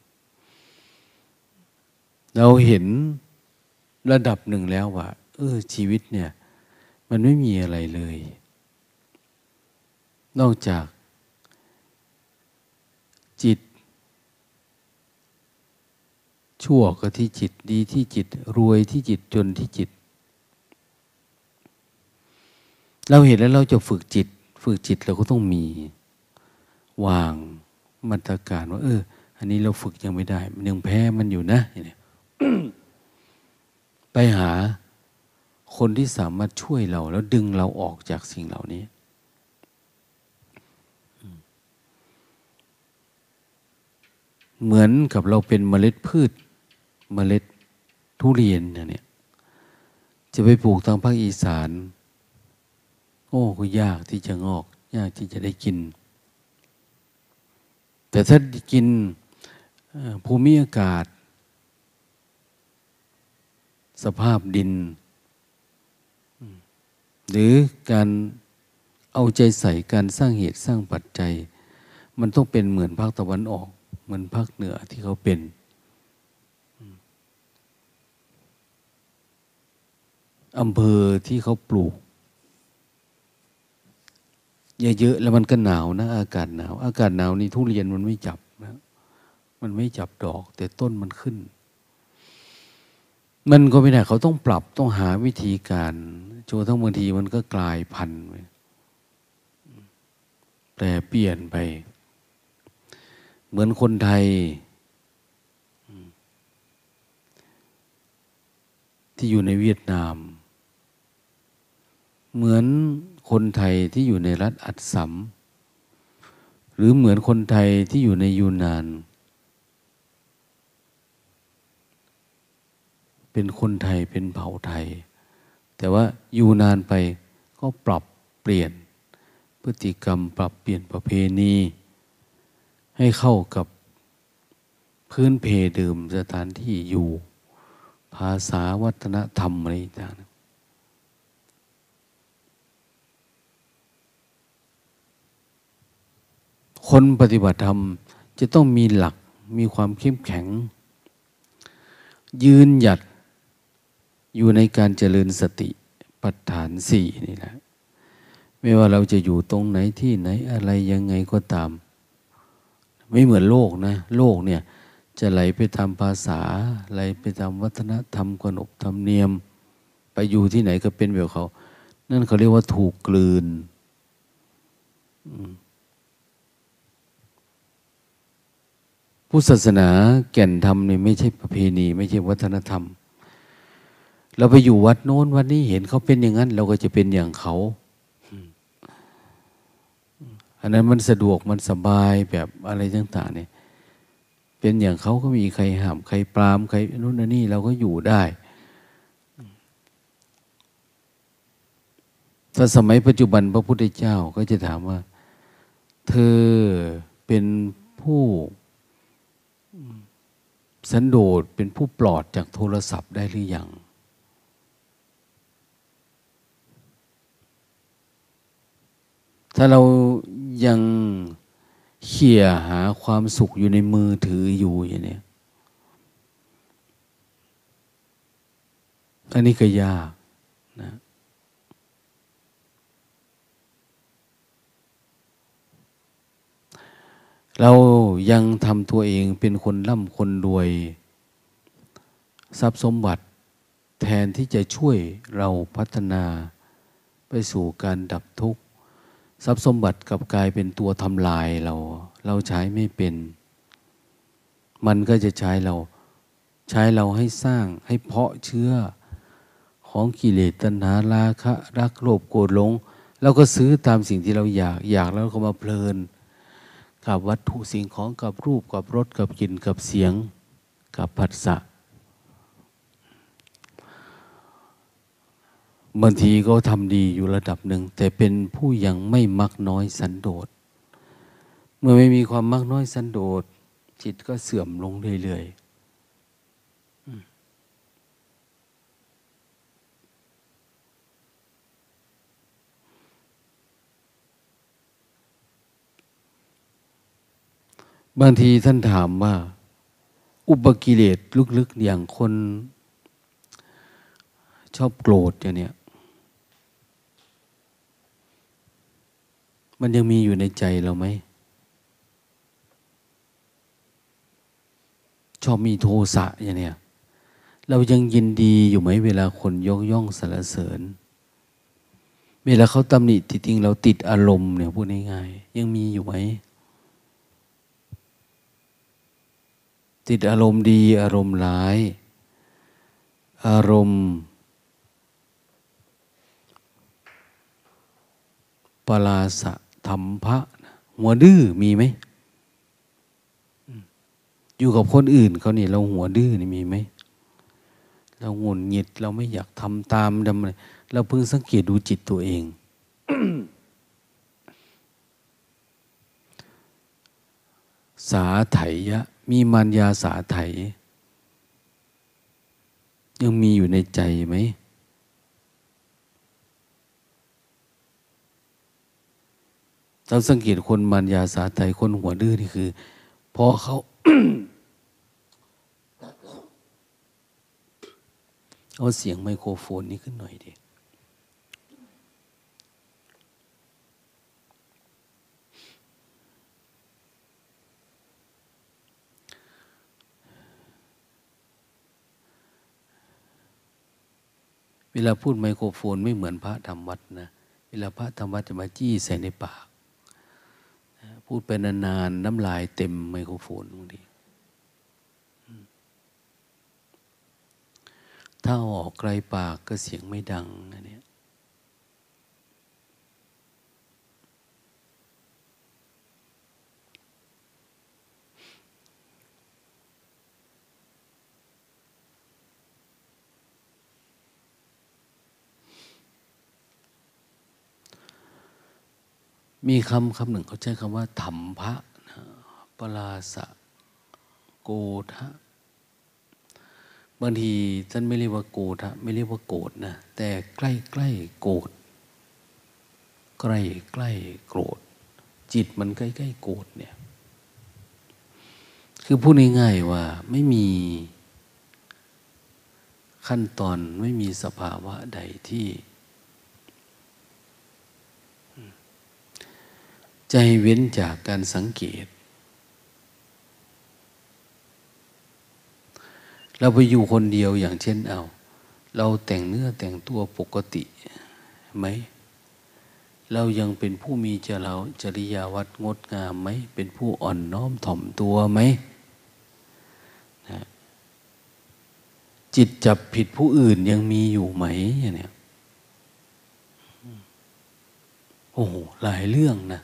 เราเห็นระดับหนึ่งแล้วว่าเออชีวิตเนี่ยมันไม่มีอะไรเลยนอกจากจิตชั่วก็ที่จิตดีที่จิตรวยที่จิตจนที่จิตเราเห็นแล้วเราจะฝึกจิตฝึกจิตเราก็ต้องมีวางมาตรการว่าเอออันนี้เราฝึกยังไม่ได้มันยังแพ้มันอยู่นะเนี่ย ไปหาคนที่สามารถช่วยเราแล้วดึงเราออกจากสิ่งเหล่านี้เหมือนกับเราเป็นเมล็ดพืชเมล็ดทุเรียนเนี่ยจะไปปลูกทางภาคอีสานโอ้ก็ยากที่จะงอกยากที่จะได้กินแต่ถ้ากินภูมิอากาศสภาพดินหรือการเอาใจใส่การสร้างเหตุสร้างปัจจัยมันต้องเป็นเหมือนภาคตะวันออกเหมือนภาคเหนือที่เขาเป็นอำเภอที่เขาปลูกเยอะๆแล้วมันก็หนาวนะอากาศหนาวอากาศหนาวนี่ทุเรียนมันไม่จับนะมันไม่จับดอกแต่ต้นมันขึ้นมันก็ไม่ได้เขาต้องปรับต้องหาวิธีการจนทั้งบางทีมันก็กลายพันธุ์ไปแปรเปลี่ยนไปเหมือนคนไทยที่อยู่ในเวียดนามเหมือนคนไทยที่อยู่ในรัฐอัสสัมหรือเหมือนคนไทยที่อยู่ในยูนนานเป็นคนไทยเป็นเผ่าไทยแต่ว่าอยู่นานไปก็ปรับเปลี่ยนพฤติกรรมปรับเปลี่ยนประเพณีให้เข้ากับพื้นเพเดิมสถานที่อยู่ภาษาวัฒนธรรมอะไรต่างคนปฏิบัติธรรมจะต้องมีหลักมีความเข้มแข็งยืนหยัดอยู่ในการเจริญสติปัฏฐานสี่นี่แหละไม่ว่าเราจะอยู่ตรงไหนที่ไหนอะไรยังไงก็ตามไม่เหมือนโลกนะโลกเนี่ยจะไหลไปตามภาษาไหลไปตามวัฒนธรรมขนบธรรมเนียมไปอยู่ที่ไหนก็เป็นแบบเขานั่นเขาเรียกว่าถูกกลืนพุทธศาสนาแก่นธรรมนี่ไม่ใช่ประเพณีไม่ใช่วัฒนธรรมเราไปอยู่วัดโน้นวัดนี้เห็นเขาเป็นอย่างนั้นเราก็จะเป็นอย่างเขาอันนั้นมันสะดวกมันสบายแบบอะไรต่างๆเนี่ยเป็นอย่างเขาก็มีใครห้ามใครปรามใครนู่นนี่เราก็อยู่ได้ถ้าสมัยปัจจุบันพระพุทธเจ้าก็จะถามว่าเธอเป็นผู้สันโดษเป็นผู้ปลอดจากโทรศัพท์ได้หรือยังถ้าเรายังเขี่ยหาความสุขอยู่ในมือถืออยู่อย่างนี้อันนี้ก็ยากนะเรายังทำตัวเองเป็นคนร่ำคนรวยทรัพย์สมบัติแทนที่จะช่วยเราพัฒนาไปสู่การดับทุกข์ทรัพย์สมบัติกลับกลายเป็นตัวทำลายเราเราใช้ไม่เป็นมันก็จะใช้เราใช้เราให้สร้างให้เพาะเชื้อของกิเลสตัณหาราคะรักโลภโกรธหลงเราก็ซื้อตามสิ่งที่เราอยากอยากแล้วก็มาเพลินกับวัตถุสิ่งของกับรูปกับรสกับกลิ่นกับเสียงกับผัสสะบางทีก็ทำดีอยู่ระดับหนึ่งแต่เป็นผู้ยังไม่มักน้อยสันโดษเมื่อไม่มีความมักน้อยสันโดษจิตก็เสื่อมลงเรื่อยๆบางทีท่านถามว่าอุปกิเลสลึกๆอย่างคนชอบโกรธอย่างเนี้ยมันยังมีอยู่ในใจเราไหมชอบมีโทสะอย่างเนี้ยเรายังยินดีอยู่ไหมเวลาคนยกย่องสรรเสริญเวลาเขาตำหนิจริงๆเราติดอารมณ์เนี่ยพูดง่ายๆยังมีอยู่ไหมติดอารมณ์ดีอารมณ์ร้ายอารมณ์ปราสะธรรมภะหัวดื้อมีไหมอยู่กับคนอื่นเขานี่เราหัวดื้อนี่มีไหมเราหงุดหงิดเราไม่อยากทำตามดำอะไรเราเพิ่งสังเกตดูจิตตัวเอง สาไถยะมีมารยาสาไถยังมีอยู่ในใจไหมเราสังเกตคนมารยาสาไถคนหัวดื้อนี่คือพอเขา เอาเสียงไมโครโฟนนี้ขึ้นหน่อยดิเวลาพูดไมโครโฟนไม่เหมือนพระธรรมวัดนะเวลาพระธรรมวัดจะมาจี้ใส่ในปากพูดไปนานๆน้ำลายเต็มไมโครโฟนบางทีถ้าออกไกลปากก็เสียงไม่ดังอันนี้มีคำคำหนึ่งเขาใช้คำว่าธรรมภะนะปราสะโกทะบางทีท่านไม่เรียกว่าโกทะไม่เรียกว่าโกรธนะแต่ใกล้ใกล้โกรธใกล้ใกล้โกรธจิตมันใกล้ใกล้โกรธเนี่ยคือพูดง่ายๆว่าไม่มีขั้นตอนไม่มีสภาวะใดที่ใจเว้นจากการสังเกตเราไปอยู่คนเดียวอย่างเช่นเอาเราแต่งเนื้อแต่งตัวปกติไหมเรายังเป็นผู้มีจริยจริยาวัดงดงามไหมเป็นผู้อ่อนน้อมถ่อมตัวไหมนะจิตจับผิดผู้อื่นยังมีอยู่ไหมอย่างเนี้ยโอ้โหหลายเรื่องนะ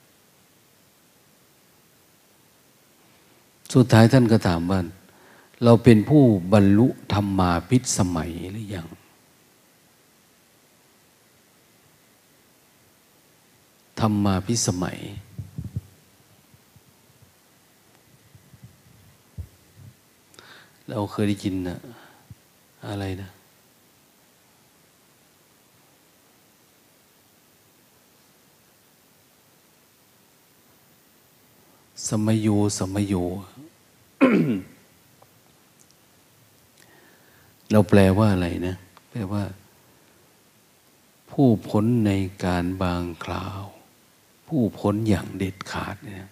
สุดท้ายท่านก็ถามว่าเราเป็นผู้บรรลุธรรมาภิสมัยหรือยังธรรมาภิสมัยเราเคยได้ยินนะอะไรนะสมโยสมโย เราแปลว่าอะไรนะแปลว่าผู้พ้นในการบางคราวผู้พ้นอย่างเด็ดขาดเนี่ย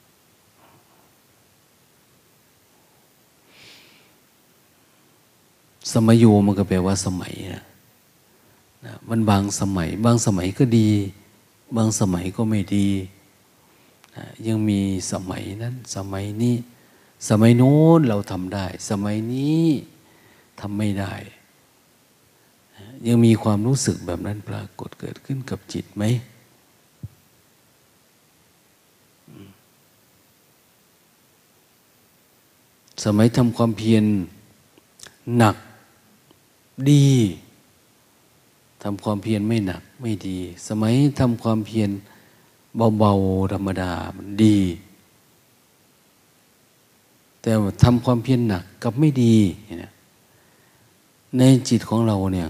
สมโยมันก็แปลว่าสมัยนะนะมันบางสมัยบางสมัยก็ดีบางสมัยก็ไม่ดีนะยังมีสมัยนั้นสมัยนี้สมัยโน้นเราทำได้สมัยนี้ทำไม่ได้นะยังมีความรู้สึกแบบนั้นปรากฏเกิดขึ้นกับจิตไหมสมัยทำความเพียรหนักดีทำความเพียรไม่หนักไม่ดีสมัยทำความเพียรเบาๆธรรมดามันดีแต่ทำความเพียรหนักกับไม่ดีเนี่ยในจิตของเราเนี่ย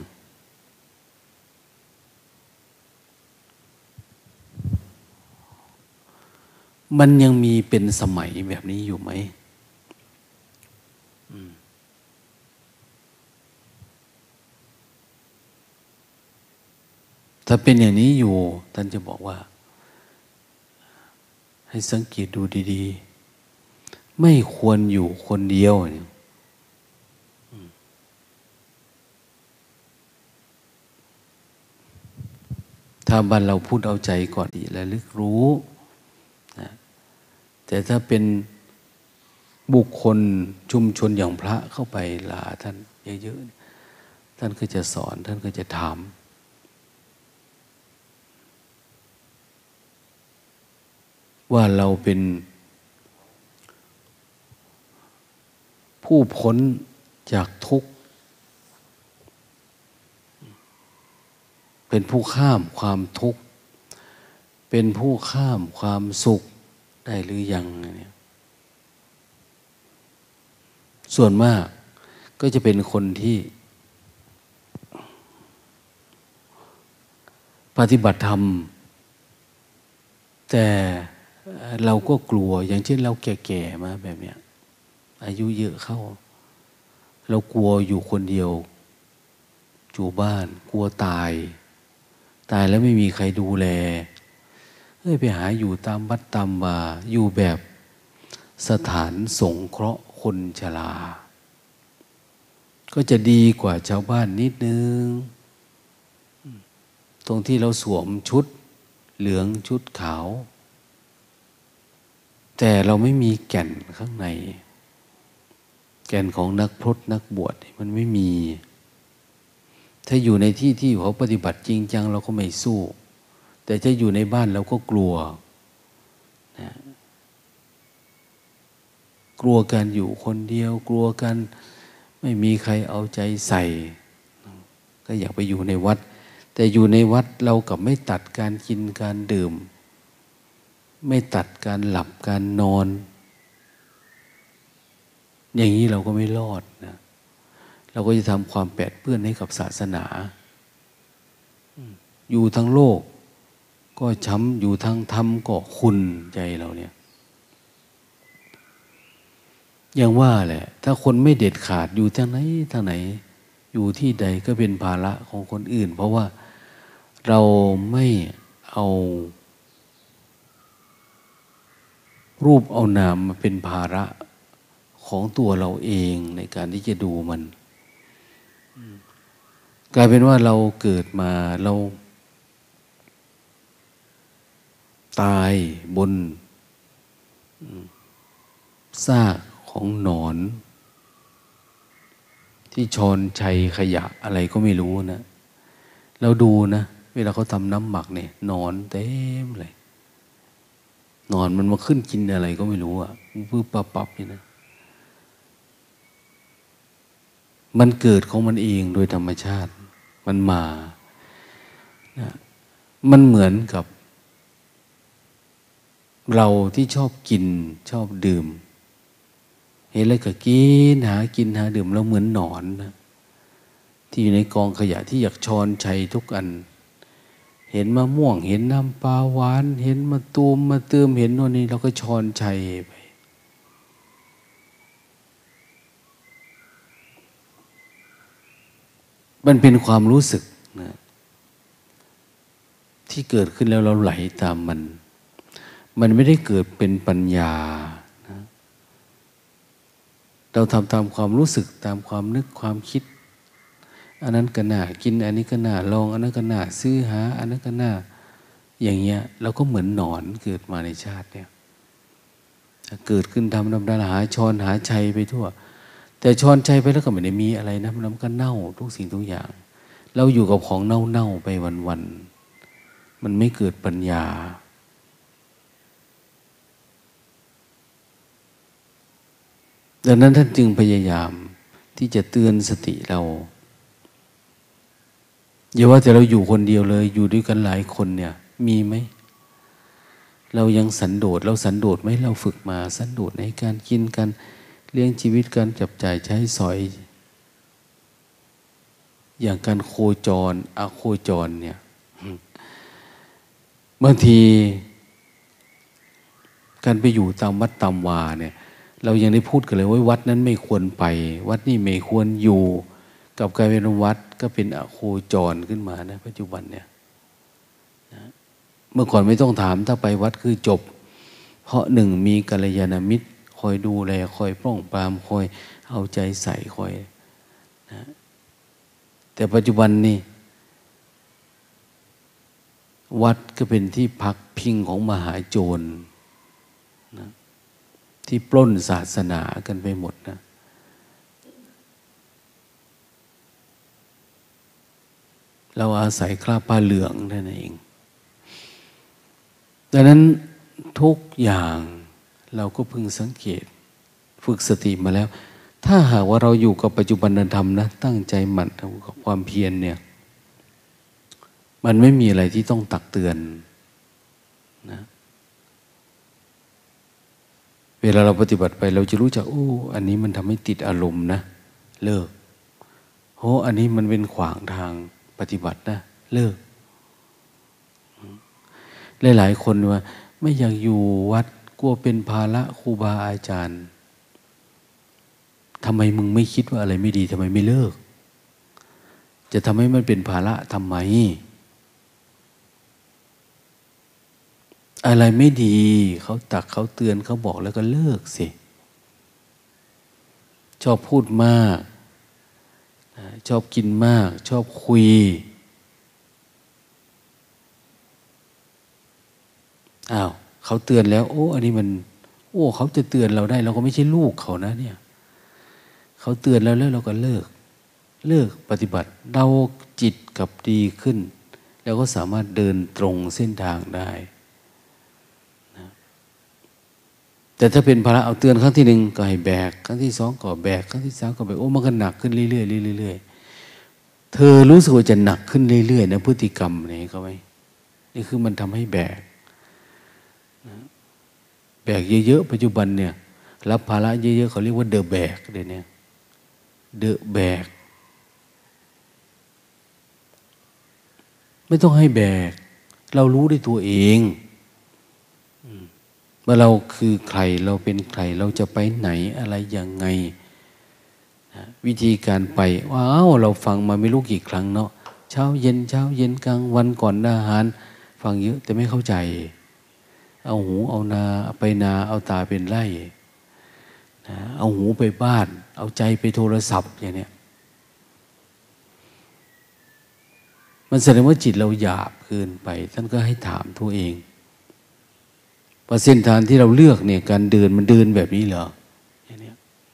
มันยังมีเป็นสมัยแบบนี้อยู่ไหมถ้าเป็นอย่างนี้อยู่ท่านจะบอกว่าให้สังเกตดูดีๆไม่ควรอยู่คนเดียวเนี่ยถ้าบ้านเราพูดเอาใจก่อนดีและลึกรู้นะแต่ถ้าเป็นบุคคลชุมชนอย่างพระเข้าไปลาท่านเยอะๆท่านก็จะสอนท่านก็จะถามว่าเราเป็นผู้พ้นจากทุกข์เป็นผู้ข้ามความทุกข์เป็นผู้ข้ามความสุขได้หรือยังเนี่ยส่วนมากก็จะเป็นคนที่ปฏิบัติธรรมแต่เราก็กลัวอย่างเช่นเราแก่ๆมาแบบเนี้ยอายุเยอะเข้าเรากลัวอยู่คนเดียวอยู่บ้านกลัวตายตายแล้วไม่มีใครดูแลเฮ้ยไปหาอยู่ตามวัดตามวาอยู่แบบสถานสงเคราะห์คนชราก็จะดีกว่าชาวบ้านนิดนึงตรงที่เราสวมชุดเหลืองชุดขาวแต่เราไม่มีแก่นข้างในแก่นของนักพรตนักบวชมันไม่มีถ้าอยู่ในที่ที่เขาปฏิบัติจริงจังเราก็ไม่สู้แต่จะอยู่ในบ้านเราก็กลัวนะกลัวกันอยู่คนเดียวกลัวกันไม่มีใครเอาใจใส่ก็อยากไปอยู่ในวัดแต่อยู่ในวัดเรากับไม่ตัดการกินการดื่มไม่ตัดการหลับการนอนอย่างนี้เราก็ไม่รอดนะเราก็จะทำความแปดเปื้อนให้กับศาสนาอยู่ทั้งโลกก็ช้ำอยู่ทั้งธรรมก็ขุ่นใจเราเนี่ยอย่างว่าแหละถ้าคนไม่เด็ดขาดอยู่ทางไหนทางไหนอยู่ที่ใดก็เป็นภาระของคนอื่นเพราะว่าเราไม่เอารูปเอานามมาเป็นภาระของตัวเราเองในการที่จะดูมันกลายเป็นว่าเราเกิดมาเราตายบนซากของหนอนที่ชอนชัยขยะอะไรก็ไม่รู้นะเราดูนะเวลาเขาทำน้ำหมักเนี่ยหนอนเต็มเลยหนอนมันมาขึ้นกินอะไรก็ไม่รู้อ่ะปึ๊บปั๊บปั๊บนี่นะมันเกิดของมันเองโดยธรรมชาติมันมานะมันเหมือนกับเราที่ชอบกินชอบดื่มเห็นอะไรก็กินหากินหาดื่มเราเหมือนหนอนนะที่อยู่ในกองขยะที่อยากชอนชัยทุกอันเห็นมะม่วงเห็นน้ำปลาหวานเห็นมะตูมมะเติมเห็นโน่นนี่เราก็ชอนชัยไปมันเป็นความรู้สึกนะที่เกิดขึ้นแล้วเราไหลตามมันมันไม่ได้เกิดเป็นปัญญานะเราทำตามความรู้สึกตามความนึกความคิดอันนั้นก็น่ากินอันนี้ก็น่าลองอันนั้นก็น่าซื้อหาอันนั้นก็น่าอย่างเงี้ยเราก็เหมือนหนอนเกิดมาในชาติเนี่ยเกิดขึ้นทำดำดาหาชอนหาชัยไปทั่วแต่ชอนชัยไปแล้วก็ไม่ได้มีอะไรนะมันก็เน่าทุกสิ่งทุกอย่างเราอยู่กับของเน่าๆไปวันๆมันไม่เกิดปัญญาดังนั้นท่านจึงพยายามที่จะเตือนสติเราอย่าว่าแต่เราอยู่คนเดียวเลยอยู่ด้วยกันหลายคนเนี่ยมีไหมเรายังสันโดษเราสันโดษไหมเราฝึกมาสันโดษในการกินกันเลี้ยงชีวิตการจับจ่ายใช้สอยอย่างการโคจรอโคจรเนี่ยบางทีการไปอยู่ตามวัดตามวาเนี่ยเรายังได้พูดกันเลยว่าวัดนั้นไม่ควรไปวัดนี้ไม่ควรอยู่กับกลายเป็นวัดก็เป็นอโคจรขึ้นมานะปัจจุบันเนี่ยนะเมื่อก่อนไม่ต้องถามถ้าไปวัดคือจบเพราะหนึ่งมีกัลยาณมิตรคอยดูแลคอยป้องปรามคอยเอาใจใส่คอยนะแต่ปัจจุบันนี่วัดก็เป็นที่พักพิงของมหาโจรนะที่ปล้นศาสนากันไปหมดนะเราอาศัยคราบผ้าเหลืองนั่นเองดังนั้นทุกอย่างเราก็พึงสังเกตฝึกสติมาแล้วถ้าหากว่าเราอยู่กับปัจจุบันธรรมนะตั้งใจหมั่นทำกับความเพียรเนี่ยมันไม่มีอะไรที่ต้องตักเตือนนะเวลาเราปฏิบัติไปเราจะรู้จักโอ้อันนี้มันทำให้ติดอารมณ์นะเลิกโอ้อันนี้มันเป็นขวางทางปฏิบัตินะเลิกหลายๆคนว่าไม่อยากอยู่วัดกลัวเป็นภาระครูบาอาจารย์ทำไมมึงไม่คิดว่าอะไรไม่ดีทำไมไม่เลิกจะทำให้มันเป็นภาระทำไมอะไรไม่ดีเขาตักเขาเตือนเขาบอกแล้วก็เลิกสิชอบพูดมากชอบกินมากชอบคุยอ้าวเขาเตือนแล้วโอ้อันนี้มันโอ้เขาจะเตือนเราได้เราก็ไม่ใช่ลูกเขานะเนี่ยเขาเตือนแล้วแล้วเราก็เลิกเลิกปฏิบัติเราจิตกับดีขึ้นแล้วก็สามารถเดินตรงเส้นทางได้นะแต่ถ้าเป็นภาระเอาเตือนครั้งที่หนึ่งก็ให้แบกครั้งที่สองก็แบกครั้งที่สามก็แบกโอ้มันก็หนักขึ้นเรื่อยๆเรื่อยๆเธอรู้สึกว่าจะหนักขึ้นเรื่อยๆนะพฤติกรรมนี่เขาไหมนี่คือมันทำให้แบกแบกเยอะๆปัจจุบันเนี่ยรับภาระเยอะๆเขาเรียกว่าเดอะแบกเดี๋ยวนี้เดอะแบกไม่ต้องให้แบกเรารู้ด้วยตัวเองว่าเราคือใครเราเป็นใครเราจะไปไหนอะไรยังไงวิธีการไปว้าวเราฟังมาไม่รู้กี่ครั้งเนาะเช้าเย็นเช้าเย็นกลางวันก่อนอาหารฟังเยอะแต่ไม่เข้าใจเอาหูเอานาเอาไปนาเอาตาเป็นไร่นะเอาหูไปบ้านเอาใจไปโทรศัพท์อย่างเนี้ยมันแสดงว่าจิตเราหยาบเกินไปท่านก็ให้ถามตัวเองว่าเส้นทางที่เราเลือกเนี่ยการเดินมันเดินแบบนี้เหรออย่างเนี้ย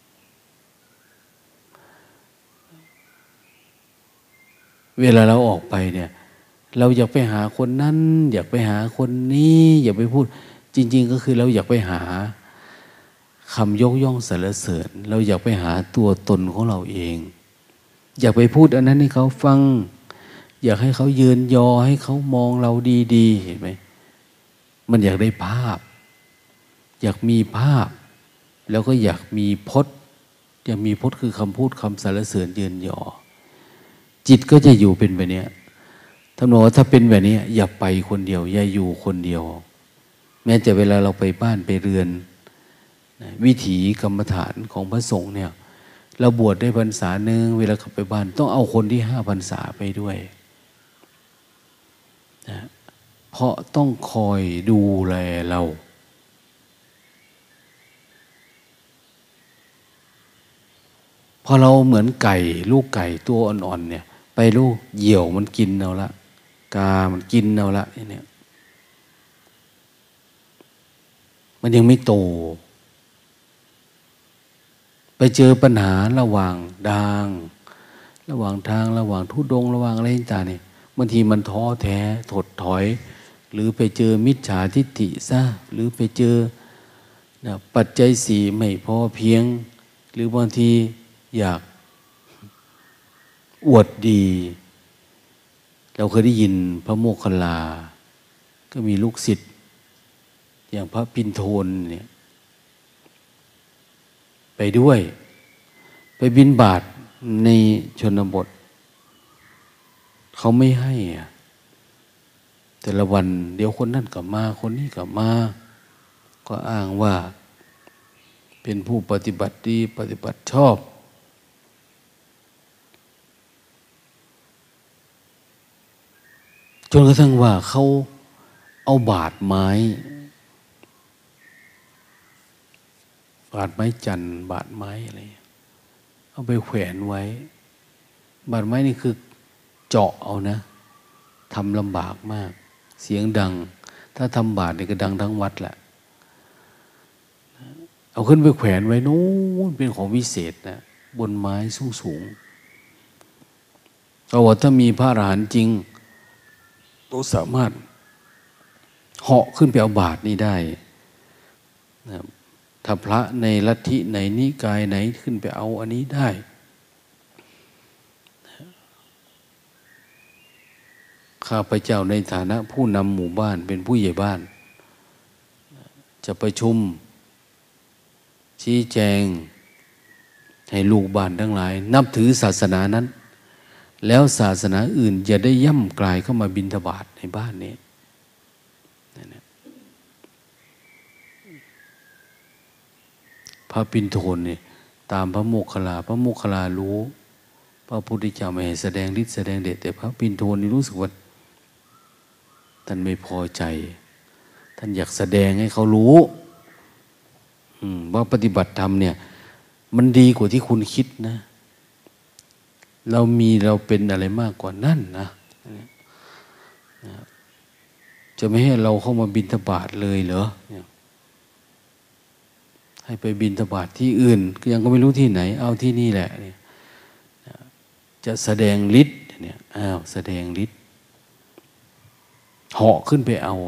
เวลาเราออกไปเนี่ยเราอยากไปหาคนนั้นอยากไปหาคนนี้อยากไปพูดจริงๆก็คือเราอยากไปหาคำยกย่องสรรเสริญเราอยากไปหาตัวตนของเราเองอยากไปพูดอันนั้นให้เขาฟังอยากให้เขายืนยอให้เขามองเราดีๆเห็นไหมมันอยากได้ภาพอยากมีภาพแล้วก็อยากมีพจน์อยากมีพจน์คือคำพูดคำสรรเสริญยืนยอจิตก็จะอยู่เป็นแบบนี้ท่านบอกว่าถ้าเป็นแบบนี้อย่าไปคนเดียวอย่าอยู่คนเดียวแม้แต่เวลาเราไปบ้านไปเรือนวิถีกรรมฐานของพระสงฆ์เนี่ยเราบวชได้พรรษาหนึ่งเวลากลับไปบ้านต้องเอาคนที่ห้าพรรษาไปด้วยนะเพราะต้องคอยดูแลเราพอเราเหมือนไก่ลูกไก่ตัวอ่อนๆเนี่ยไปลูกเหยี่ยวมันกินเอาละกามันกินเอาละเนี่ยมันยังไม่โตไปเจอปัญหาระหว่างด่างระหว่างทางระหว่างทุดงระหว่างอะไรต่างๆเนี่ยบางทีมันท้อแท้ถดถอยหรือไปเจอมิจฉาทิฏฐิซะหรือไปเจอนะปัจจัยสี่ไม่พอเพียงหรือบางทีอยากอวดดีเราเคยได้ยินพระโมคคัลลาก็มีลูกศิษย์อย่างพระปิณโทนเนี่ยไปด้วยไปบิณฑบาตในชนบทเขาไม่ให้อะแต่ละวันเดี๋ยวคนนั่นกลับมาคนนี้กลับมาก็อ้างว่าเป็นผู้ปฏิบัติดีปฏิบัติชอบจนกระทั่งว่าเขาเอาบาดไม้บาดไม้จันทร์บาดไม้อะไรเอาไปแขวนไว้บาดไม้นี่คือเจาะเอานะทำลำบากมากเสียงดังถ้าทำบาดนี่ก็ดังทั้งวัดแหละเอาขึ้นไปแขวนไว้นู้นเป็นของวิเศษนะบนไม้สูงสูงเอาว่าถ้ามีพระอรหันต์จริงเราสามารถเหาะขึ้นไปเอาบาทนี้ได้นะถ้าพระในลัทธิไหนนิกายไหนขึ้นไปเอาอันนี้ได้ข้าพเจ้าในฐานะผู้นำหมู่บ้านเป็นผู้ใหญ่บ้านจะประชุมชี้แจงให้ลูกบ้านทั้งหลายนับถือศาสนานั้นแล้วศาสนาอื่นอย่าได้ย่ำกลายเข้ามาบิณฑบาตในบ้านนี้พระปิณโทนเนี่ยตามพระโมคคัลลาพระโมคคัลลารู้พระพุทธเจ้าไม่ให้แสดงฤทธิ์แสดงเดชแต่พระปิณโทนนี่รู้สึกว่าท่านไม่พอใจท่านอยากแสดงให้เขารู้ว่าปฏิบัติธรรมเนี่ยมันดีกว่าที่คุณคิดนะเรามีเราเป็นอะไรมากกว่านั่นนะจะไม่ให้เราเข้ามาบิณฑบาตเลยเหรอให้ไปบิณฑบาตที่อื่นก็ยังก็ไม่รู้ที่ไหนเอาที่นี่แหละเนี่ยจะแสดงฤทธิ์เนี่ยอ้าวแสดงฤทธิ์เหาะขึ้นไปเอา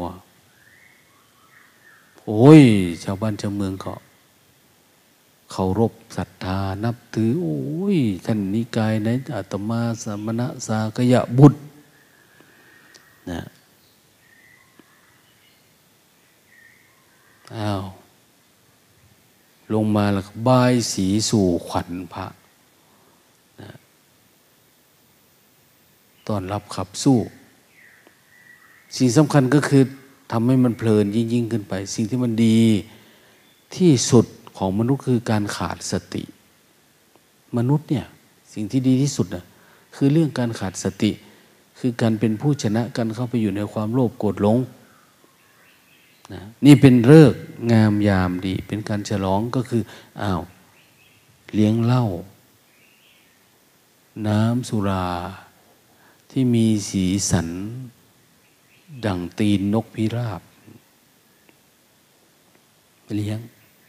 โอ้ยชาวบ้านชาวเมืองเขาเคารพศรัทธานับถือโอ้ยท่านนิกายไหนอาตมาสมณะสากยะบุตรนะอ้าวลงมาแล้วบายสีสู่ขวัญพระนะต้อนรับขับสู้สิ่งสำคัญก็คือทำให้มันเพลินยิ่งยิ่งขึ้นไปสิ่งที่มันดีที่สุดของมนุษย์คือการขาดสติมนุษย์เนี่ยสิ่งที่ดีที่สุดนะคือเรื่องการขาดสติคือการเป็นผู้ชนะกันเข้าไปอยู่ในความโลภโกรธหลงนะนี่เป็นฤกษ์งามยามดีเป็นการฉลองก็คืออ้าวเลี้ยงเหล้าน้ำสุราที่มีสีสันดั่งตีนนกพิราบเลี้ยง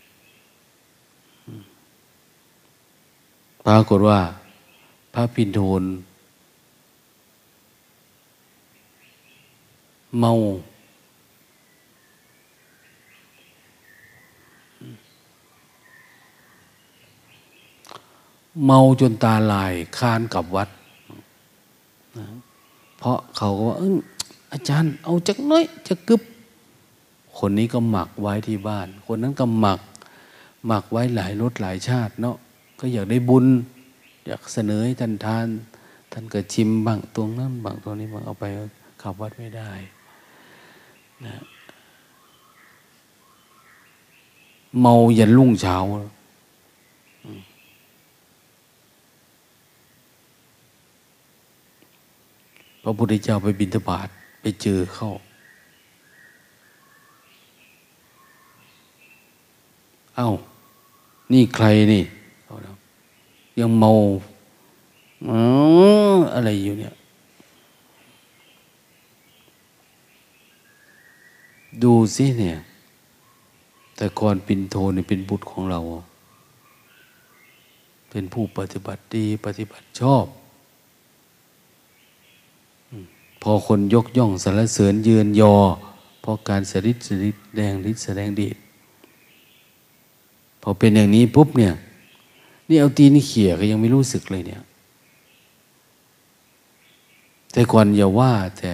ปรากฏว่าพระปิณโทนเมาเมาจนตาลายคลานกลับวัดนะเพราะเขาก็ว่าเอออาจารย์เอาจักน้อยจะกึบคนนี้ก็หมักไว้ที่บ้านคนนั้นก็หมักหมักไว้หลายรสหลายชาติเนาะก็อยากได้บุญอยากเสนอให้ท่านทานท่านก็ชิมบ้างตรงนั้นบ้างตรงนี้บ้างเอาไปขับวัดไม่ได้นะเมายันรุ่งเช้าพระพุทธเจ้าไปบิณฑบาตไปเจอเข้าเอ้านี่ใครนี่ยังเมาอ๋ออะไรอยู่เนี่ยดูสิเนี่ยแต่ก่อนปิณโทนี่เป็นบุตรของเราเป็นผู้ปฏิบัติดีปฏิบัติชอบพอคนยกย่องสรรเสริญเยือนยอเพราะการสริดสริดแดงฤทธิ์แสดงเดชพอเป็นอย่างนี้ปุ๊บเนี่ยนี่เอาตีนเขี่ยก็ยังไม่รู้สึกเลยเนี่ยแต่ก่อนอย่าว่าแต่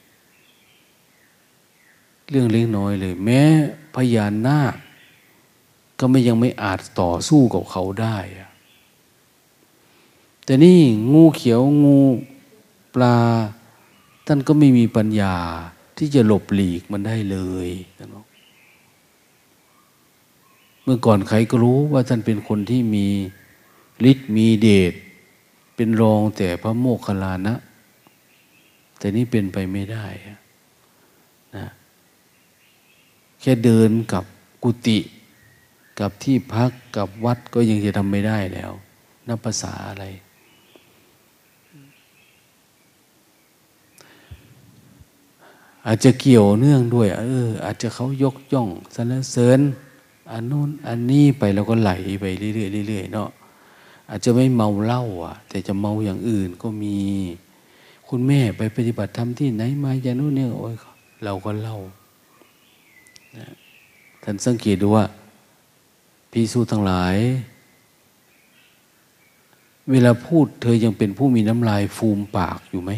เรื่องเล็กน้อยเลยแม้พญานาคก็ไม่ยังไม่อาจต่อสู้กับเขาได้แต่นี่งูเขียวงูปลาท่านก็ไม่มีปัญญาที่จะหลบหลีกมันได้เลยนะเมื่อก่อนใครก็รู้ว่าท่านเป็นคนที่มีฤทธิ์มีเดชเป็นรองแต่พระโมคคัลลานะแต่นี่เป็นไปไม่ได้นะแค่เดินกับกุฏิกับที่พักกับวัดก็ยังจะทำไม่ได้แล้วนับภาษาอะไรอาจจะเกี่ยวเนื่องด้วยเอออาจจะเขายกย่องสรรเสริญอันนู้นอันนี้ไปแล้วก็ไหลไปเรื่อยๆเรื่อยๆเนาะอาจจะไม่เมาเหล้าอ่ะแต่จะเมาอย่างอื่นก็มีคุณแม่ไปปฏิบัติธรรมที่ไหนมาอย่างนู้นเนี่ยโอ้ยเราก็เล่านะท่านสังเกตดูว่าภิกษุทั้งหลายเวลาพูดเธอยังเป็นผู้มีน้ำลายฟูมปากอยู่ไหม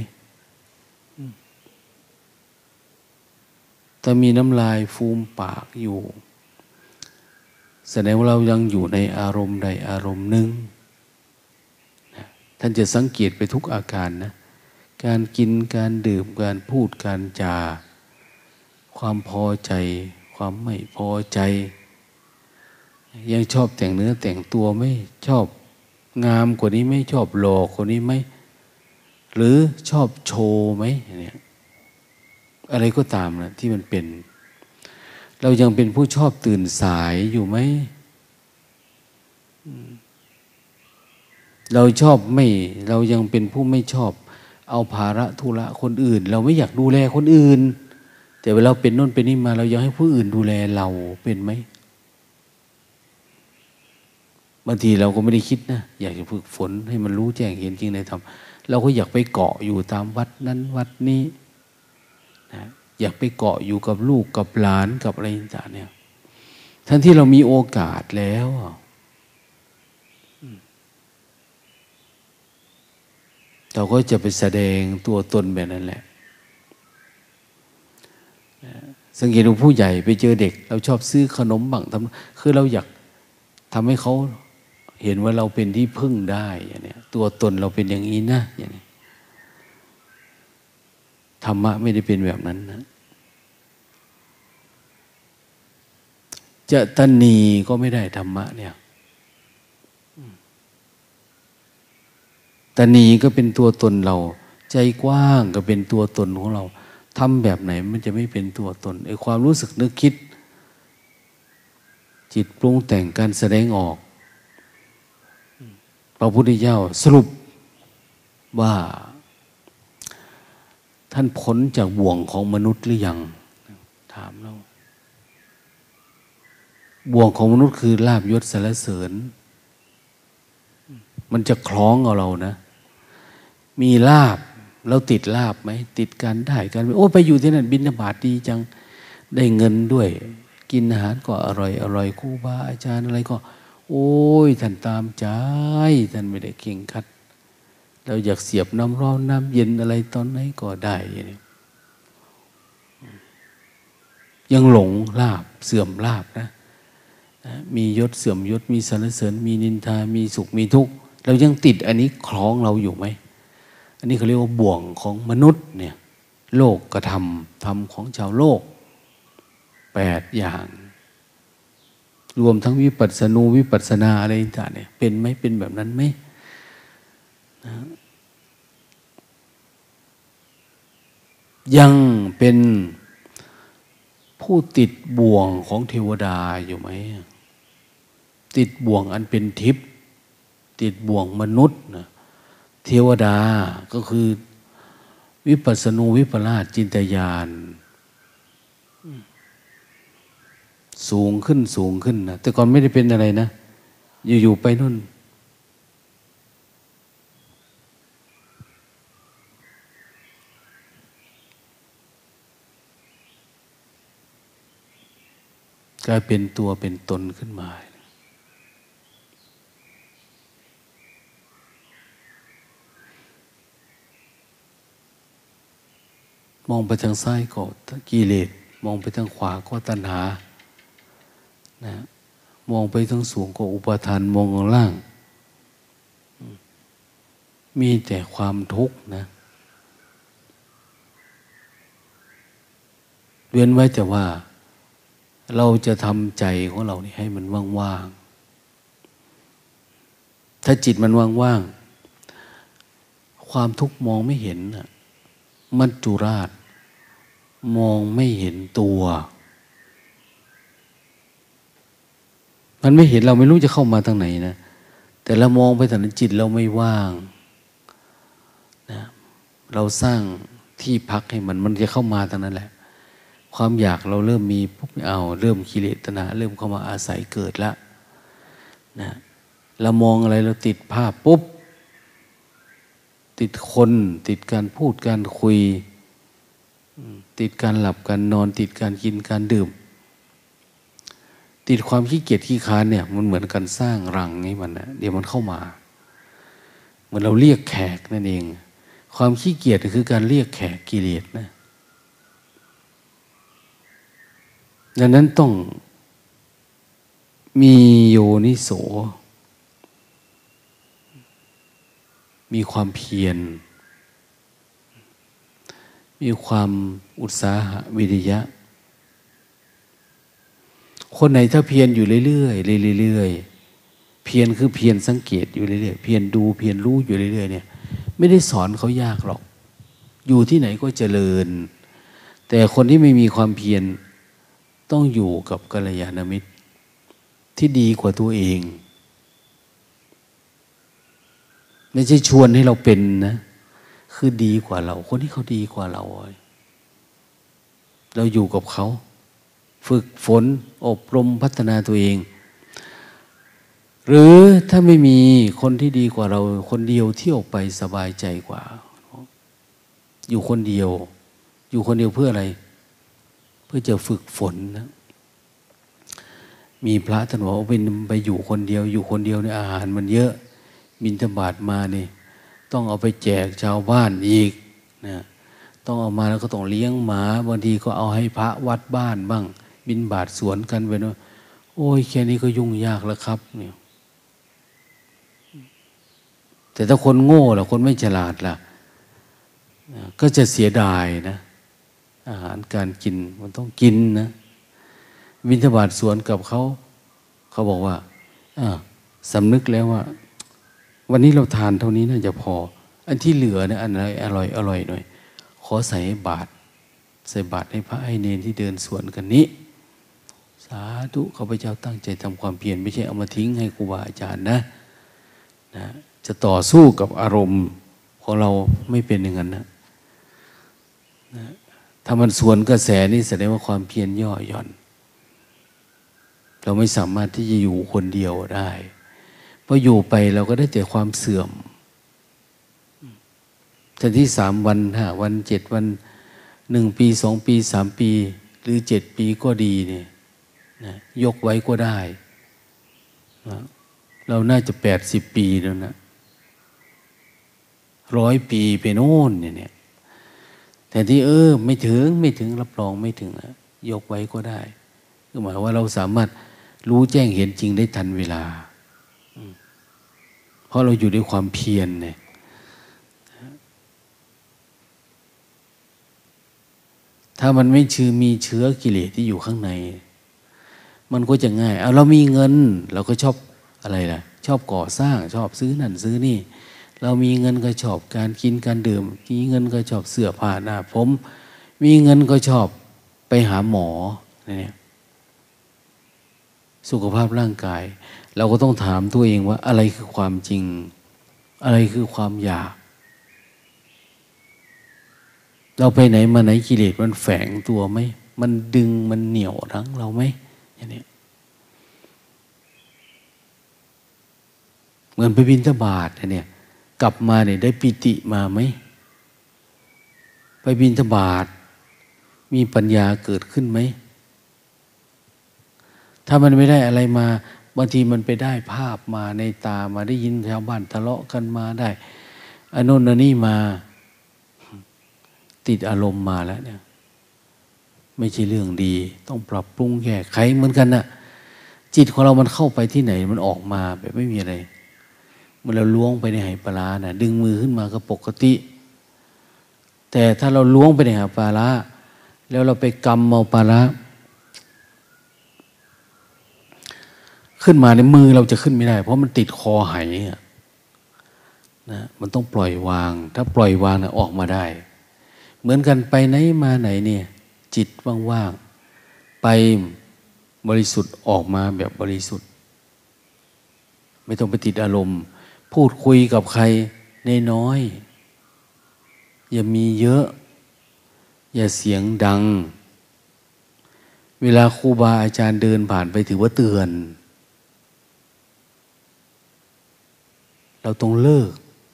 ถ้ามีน้ำลายฟูมปากอยู่แสดงว่าเรายังอยู่ในอารมณ์ใดอารมณ์หนึ่งนะท่านจะสังเกตไปทุกอาการนะการกินการดื่มการพูดการจาความพอใจความไม่พอใจยังชอบแต่งเนื้อแต่งตัวไหมชอบงามกว่านี้ไหมชอบหล่อกว่านี้ไหมหรือชอบโชว์ไหมเนี่ยอะไรก็ตามนะที่มันเป็นเรายังเป็นผู้ชอบตื่นสายอยู่ไหมเราชอบไม่เรายังเป็นผู้ไม่ชอบเอาภาระธุระคนอื่นเราไม่อยากดูแลคนอื่นแต่เวลาเป็นโน่นเป็นนี่มาเราอยากให้ผู้อื่นดูแลเราเป็นไหมบางทีเราก็ไม่ได้คิดนะอยากจะฝึกฝนให้มันรู้แจ้งเห็นจริงในธรรมเราก็อยากไปเกาะอยู่ตามวัดนั้นวัดนี้นะอยากไปเกาะอยู่กับลูกกับหลานกับอะไรต่างๆเนี่ยทั้งที่เรามีโอกาสแล้วเราก็จะไปแสดงตัวตนแบบนั้นแหละสังเกตดูผู้ใหญ่ไปเจอเด็กเราชอบซื้อขนมบังทำคือเราอยากทำให้เขาเห็นว่าเราเป็นที่พึ่งได้อย่างนี้ตัวตนเราเป็นอย่างนี้นะอย่างนี้ธรรมะไม่ได้เป็นแบบนั้นนะจะตนีก็ไม่ได้ธรรมะเนี่ยตนีก็เป็นตัวตนเราใจกว้างก็เป็นตัวตนของเราทำแบบไหนมันจะไม่เป็นตัวตนไอ้ความรู้สึกนึกคิดจิตปรุงแต่งการแสดงออกพระพุทธเจ้าสรุปว่าท่านพ้นจากบ่วงของมนุษย์หรือยังถามเราบ่วงของมนุษย์คือลาภยศสรรเสริญมันจะคล้องเอาเรานะมีลาภเราติดลาภไหมติดการได้การโอ้ไปอยู่ที่นั่นบิณฑบาตดีจังได้เงินด้วยกินอาหารก็อร่อยอร่อยครูบาอาจารย์อะไรก็โอ้ยท่านตามใจท่านไม่ได้เก่งคัดเราอยากเสียบน้ำร้อนน้ำเย็นอะไรตอนไหนก็ได้ยังหลงลาภเสื่อมลาภนะมียศเสื่อมยศมีสรรเสริญมีนินทามีสุขมีทุกข์เรายังติดอันนี้คล้องเราอยู่ไหมอันนี้เขาเรียกว่าบ่วงของมนุษย์เนี่ยโลกกระทำธรรมของชาวโลกแปดอย่างรวมทั้งวิปัสสนูวิปัสสนาอะไรต่างเนี่ยเป็นไหมเป็นแบบนั้นไหมนะยังเป็นผู้ติดบ่วงของเทวดาอยู่ไหมติดบ่วงอันเป็นทิพย์ติดบ่วงมนุษย์นะเทวดาก็คือวิปัสสนูวิปลาสจินตญาณสูงขึ้นสูงขึ้นนะแต่ก่อนไม่ได้เป็นอะไรนะอยู่ๆไปนู่นกลายเป็นตัวเป็นตนขึ้นมามองไปทางซ้ายก็กิเลสมองไปทางขวาก็ตัณหานะมองไปทางสูงก็อุปาทานมองข้างล่างมีแต่ความทุกข์นะเว้นไว้แต่ว่าเราจะทำใจของเรานี่ให้มันว่างๆถ้าจิตมันว่างๆความทุกข์มองไม่เห็นนะมัจจุราชมองไม่เห็นตัวมันไม่เห็นเราไม่รู้จะเข้ามาทางไหนนะแต่เรามองไปทางนั้นจิตเราไม่ว่างนะเราสร้างที่พักให้มันมันจะเข้ามาทางนั้นแหละความอยากเราเริ่มมีปุ๊บเอาเริ่มกิเลสตัณหาเริ่มเข้ามาอาศัยเกิดแล้วนะเรามองอะไรเราติดภาพปุ๊บติดคนติดการพูดการคุยติดการหลับการนอนติดการกินการดื่มติดความขี้เกียจขี้ค้านเนี่ยมันเหมือนกันสร้างรังให้มันนะเดี๋ยวมันเข้ามาเหมือนเราเรียกแขกนั่นเองความขี้เกียจคือการเรียกแขกกิเลสนะดังนั้นต้องมีโยนิโสมีความเพียรมีความอุตสาหะวิริยะคนไหนถ้าเพียรอยู่เรื่อยๆเรื่อยๆเพียรคือเพียรสังเกตอยู่เรื่อยๆเพียรดูเพียรรู้อยู่เรื่อยๆเนี่ยไม่ได้สอนเขายากหรอกอยู่ที่ไหนก็เจริญแต่คนที่ไม่มีความเพียรต้องอยู่กับกัลยาณมิตรที่ดีกว่าตัวเองไม่ใช่ชวนให้เราเป็นนะคือดีกว่าเราคนที่เขาดีกว่าเราเราอยู่กับเขาฝึกฝนอบรมพัฒนาตัวเองหรือถ้าไม่มีคนที่ดีกว่าเราคนเดียวเที่ยวไปสบายใจกว่าอยู่คนเดียวอยู่คนเดียวเพื่ออะไรเพื่อจะฝึกฝนนะมีพระท่านบอกว่าเป็นไปอยู่คนเดียวอยู่คนเดียวในอาหารมันเยอะบิณฑบาตมานี่ต้องเอาไปแจกชาวบ้านอีกนะต้องเอามาแล้วก็ต้องเลี้ยงหมาบางทีก็เอาให้พระวัดบ้านบ้างบิณฑบาตสวนกันไปเนาะโอ้ยแค่นี้ก็ยุ่งยากแล้วครับเนี่ยแต่ถ้าคนโง่ล่ะคนไม่ฉลาดล่ะก็จะเสียดายนะอาหารการกินมันต้องกินนะบิณฑบาตสวนกับเขาเขาบอกว่าสำนึกแล้วว่าวันนี้เราทานเท่านี้น่าจะพออันที่เหลือเนี่ยอันอะไรอร่อยอร่อยหน่อยขอใส่ให้บาตรใส่บาตรให้พระให้เนรที่เดินสวนกันนี้สาธุข้าพเจ้าตั้งใจทำความเพียรไม่ใช่เอามาทิ้งให้ครูบาอาจารย์นะนะจะต่อสู้กับอารมณ์ของเราไม่เป็นอย่างนั้นนะนะถ้ามันสวนกระแสนี่แสดงว่าความเพียรย่อหย่อนเราไม่สามารถที่จะอยู่คนเดียวได้เพราะอยู่ไปเราก็ได้แต่ความเสื่อมแต่ที่สามวันห้าวันเจ็ดวันหนึ่งปีสองปีสามปีหรือเจ็ดปีก็ดีเนี่ยนะยกไว้ก็ได้นะเราน่าจะแปดสิบปีแล้วนะร้อยปีไปโน่นเนี่ยแต่ที่เออไม่ถึงไม่ถึงรับรองไม่ถึงนะยกไว้ก็ได้คือหมายว่าเราสามารถรู้แจ้งเห็นจริงได้ทันเวลาเพราะเราอยู่ด้วยความเพียรเนี่ยถ้ามันไม่ชื่อมีเชื้อกิเลสที่อยู่ข้างในมันก็จะง่ายเอาเรามีเงินเราก็ชอบอะไรล่ะชอบก่อสร้างชอบซื้อนั่นซื้อนี่เรามีเงินก็ชอบการกินการดื่มมีเงินก็ชอบเสื้อผ้าหน้าผมมีเงินก็ชอบไปหาหมอเนี่ยสุขภาพร่างกายเราก็ต้องถามตัวเองว่าอะไรคือความจริงอะไรคือความอยากเราไปไหนมาไหนกิเลสมันแฝงตัวไหมมันดึงมันเหนี่ยวรั้งเราไหมอย่างนี้เหมือนไปบิณฑบาตเนี่ยกลับมาเนี่ยได้ปิติมาไหมไปบิณฑบาตมีปัญญาเกิดขึ้นไหมถ้ามันไม่ได้อะไรมาบางทีมันไปได้ภาพมาในตามาได้ยินชาวบ้านทะเลาะกันมาได้อันโน้นอันนี้มาติดอารมณ์มาแล้วเนี่ยไม่ใช่เรื่องดีต้องปรับปรุงแก้ไขเหมือนกันน่ะจิตของเรามันเข้าไปที่ไหนมันออกมาแบบไม่มีอะไรเมื่อเราล้วงไปในไหปลาน่ะดึงมือขึ้นมาก็ปกติแต่ถ้าเราล้วงไปในไหปลาแล้วเราไปกำเอาปลาขึ้นมาในมือเราจะขึ้นไม่ได้เพราะมันติดคอไหนะมันต้องปล่อยวางถ้าปล่อยวางนะออกมาได้เหมือนกันไปไหนมาไหนเนี่ยจิตว่างๆไปบริสุทธิ์ออกมาแบบบริสุทธิ์ไม่ต้องไปติดอารมณ์พูดคุยกับใครน้อยๆอย่ามีเยอะอย่าเสียงดังเวลาครูบาอาจารย์เดินผ่านไปถือว่าเตือนเราต้องเลิก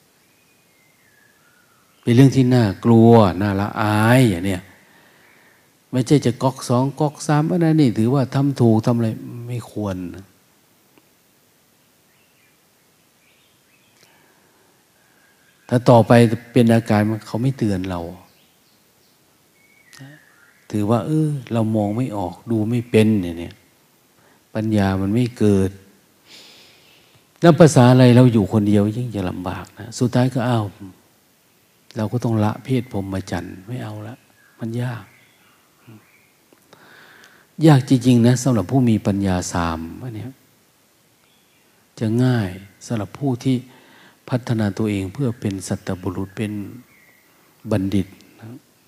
เป็นเรื่องที่น่ากลัวน่าละอายอย่างเนี้ยไม่ใช่จะก๊อกสองก๊อกสามอันนั้นนี่ถือว่าทำถูกทำอะไรไม่ควรถ้าต่อไปเป็นอาการเขาไม่เตือนเราถือว่าเออเรามองไม่ออกดูไม่เป็นเนี่ยปัญญามันไม่เกิดแล้วภาษาอะไรเราอยู่คนเดียวยิ่งจะลำบากนะสุดท้ายก็อ้าวเราก็ต้องละเพศพรหมจรรย์ไม่เอาละมันยากยากจริงๆนะสำหรับผู้มีปัญญาสามอันนี้จะง่ายสำหรับผู้ที่พัฒนาตัวเองเพื่อเป็นสัตบุรุษเป็นบัณฑิตนะ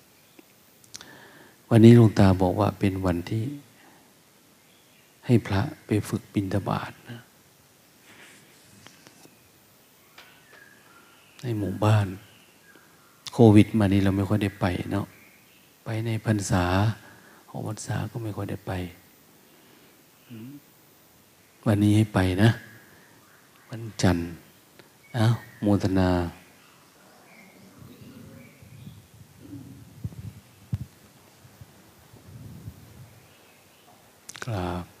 วันนี้หลวงตาบอกว่าเป็นวันที่ให้พระไปฝึกบิณฑบาตนะในหมู่บ้านโควิดมานี้เราไม่ค่อยได้ไปเนาะไปในพรรษาออกพรรษาก็ไม่ค่อยได้ไปวันนี้ให้ไปนะวันจันทร์เอ้าโมทนากราบ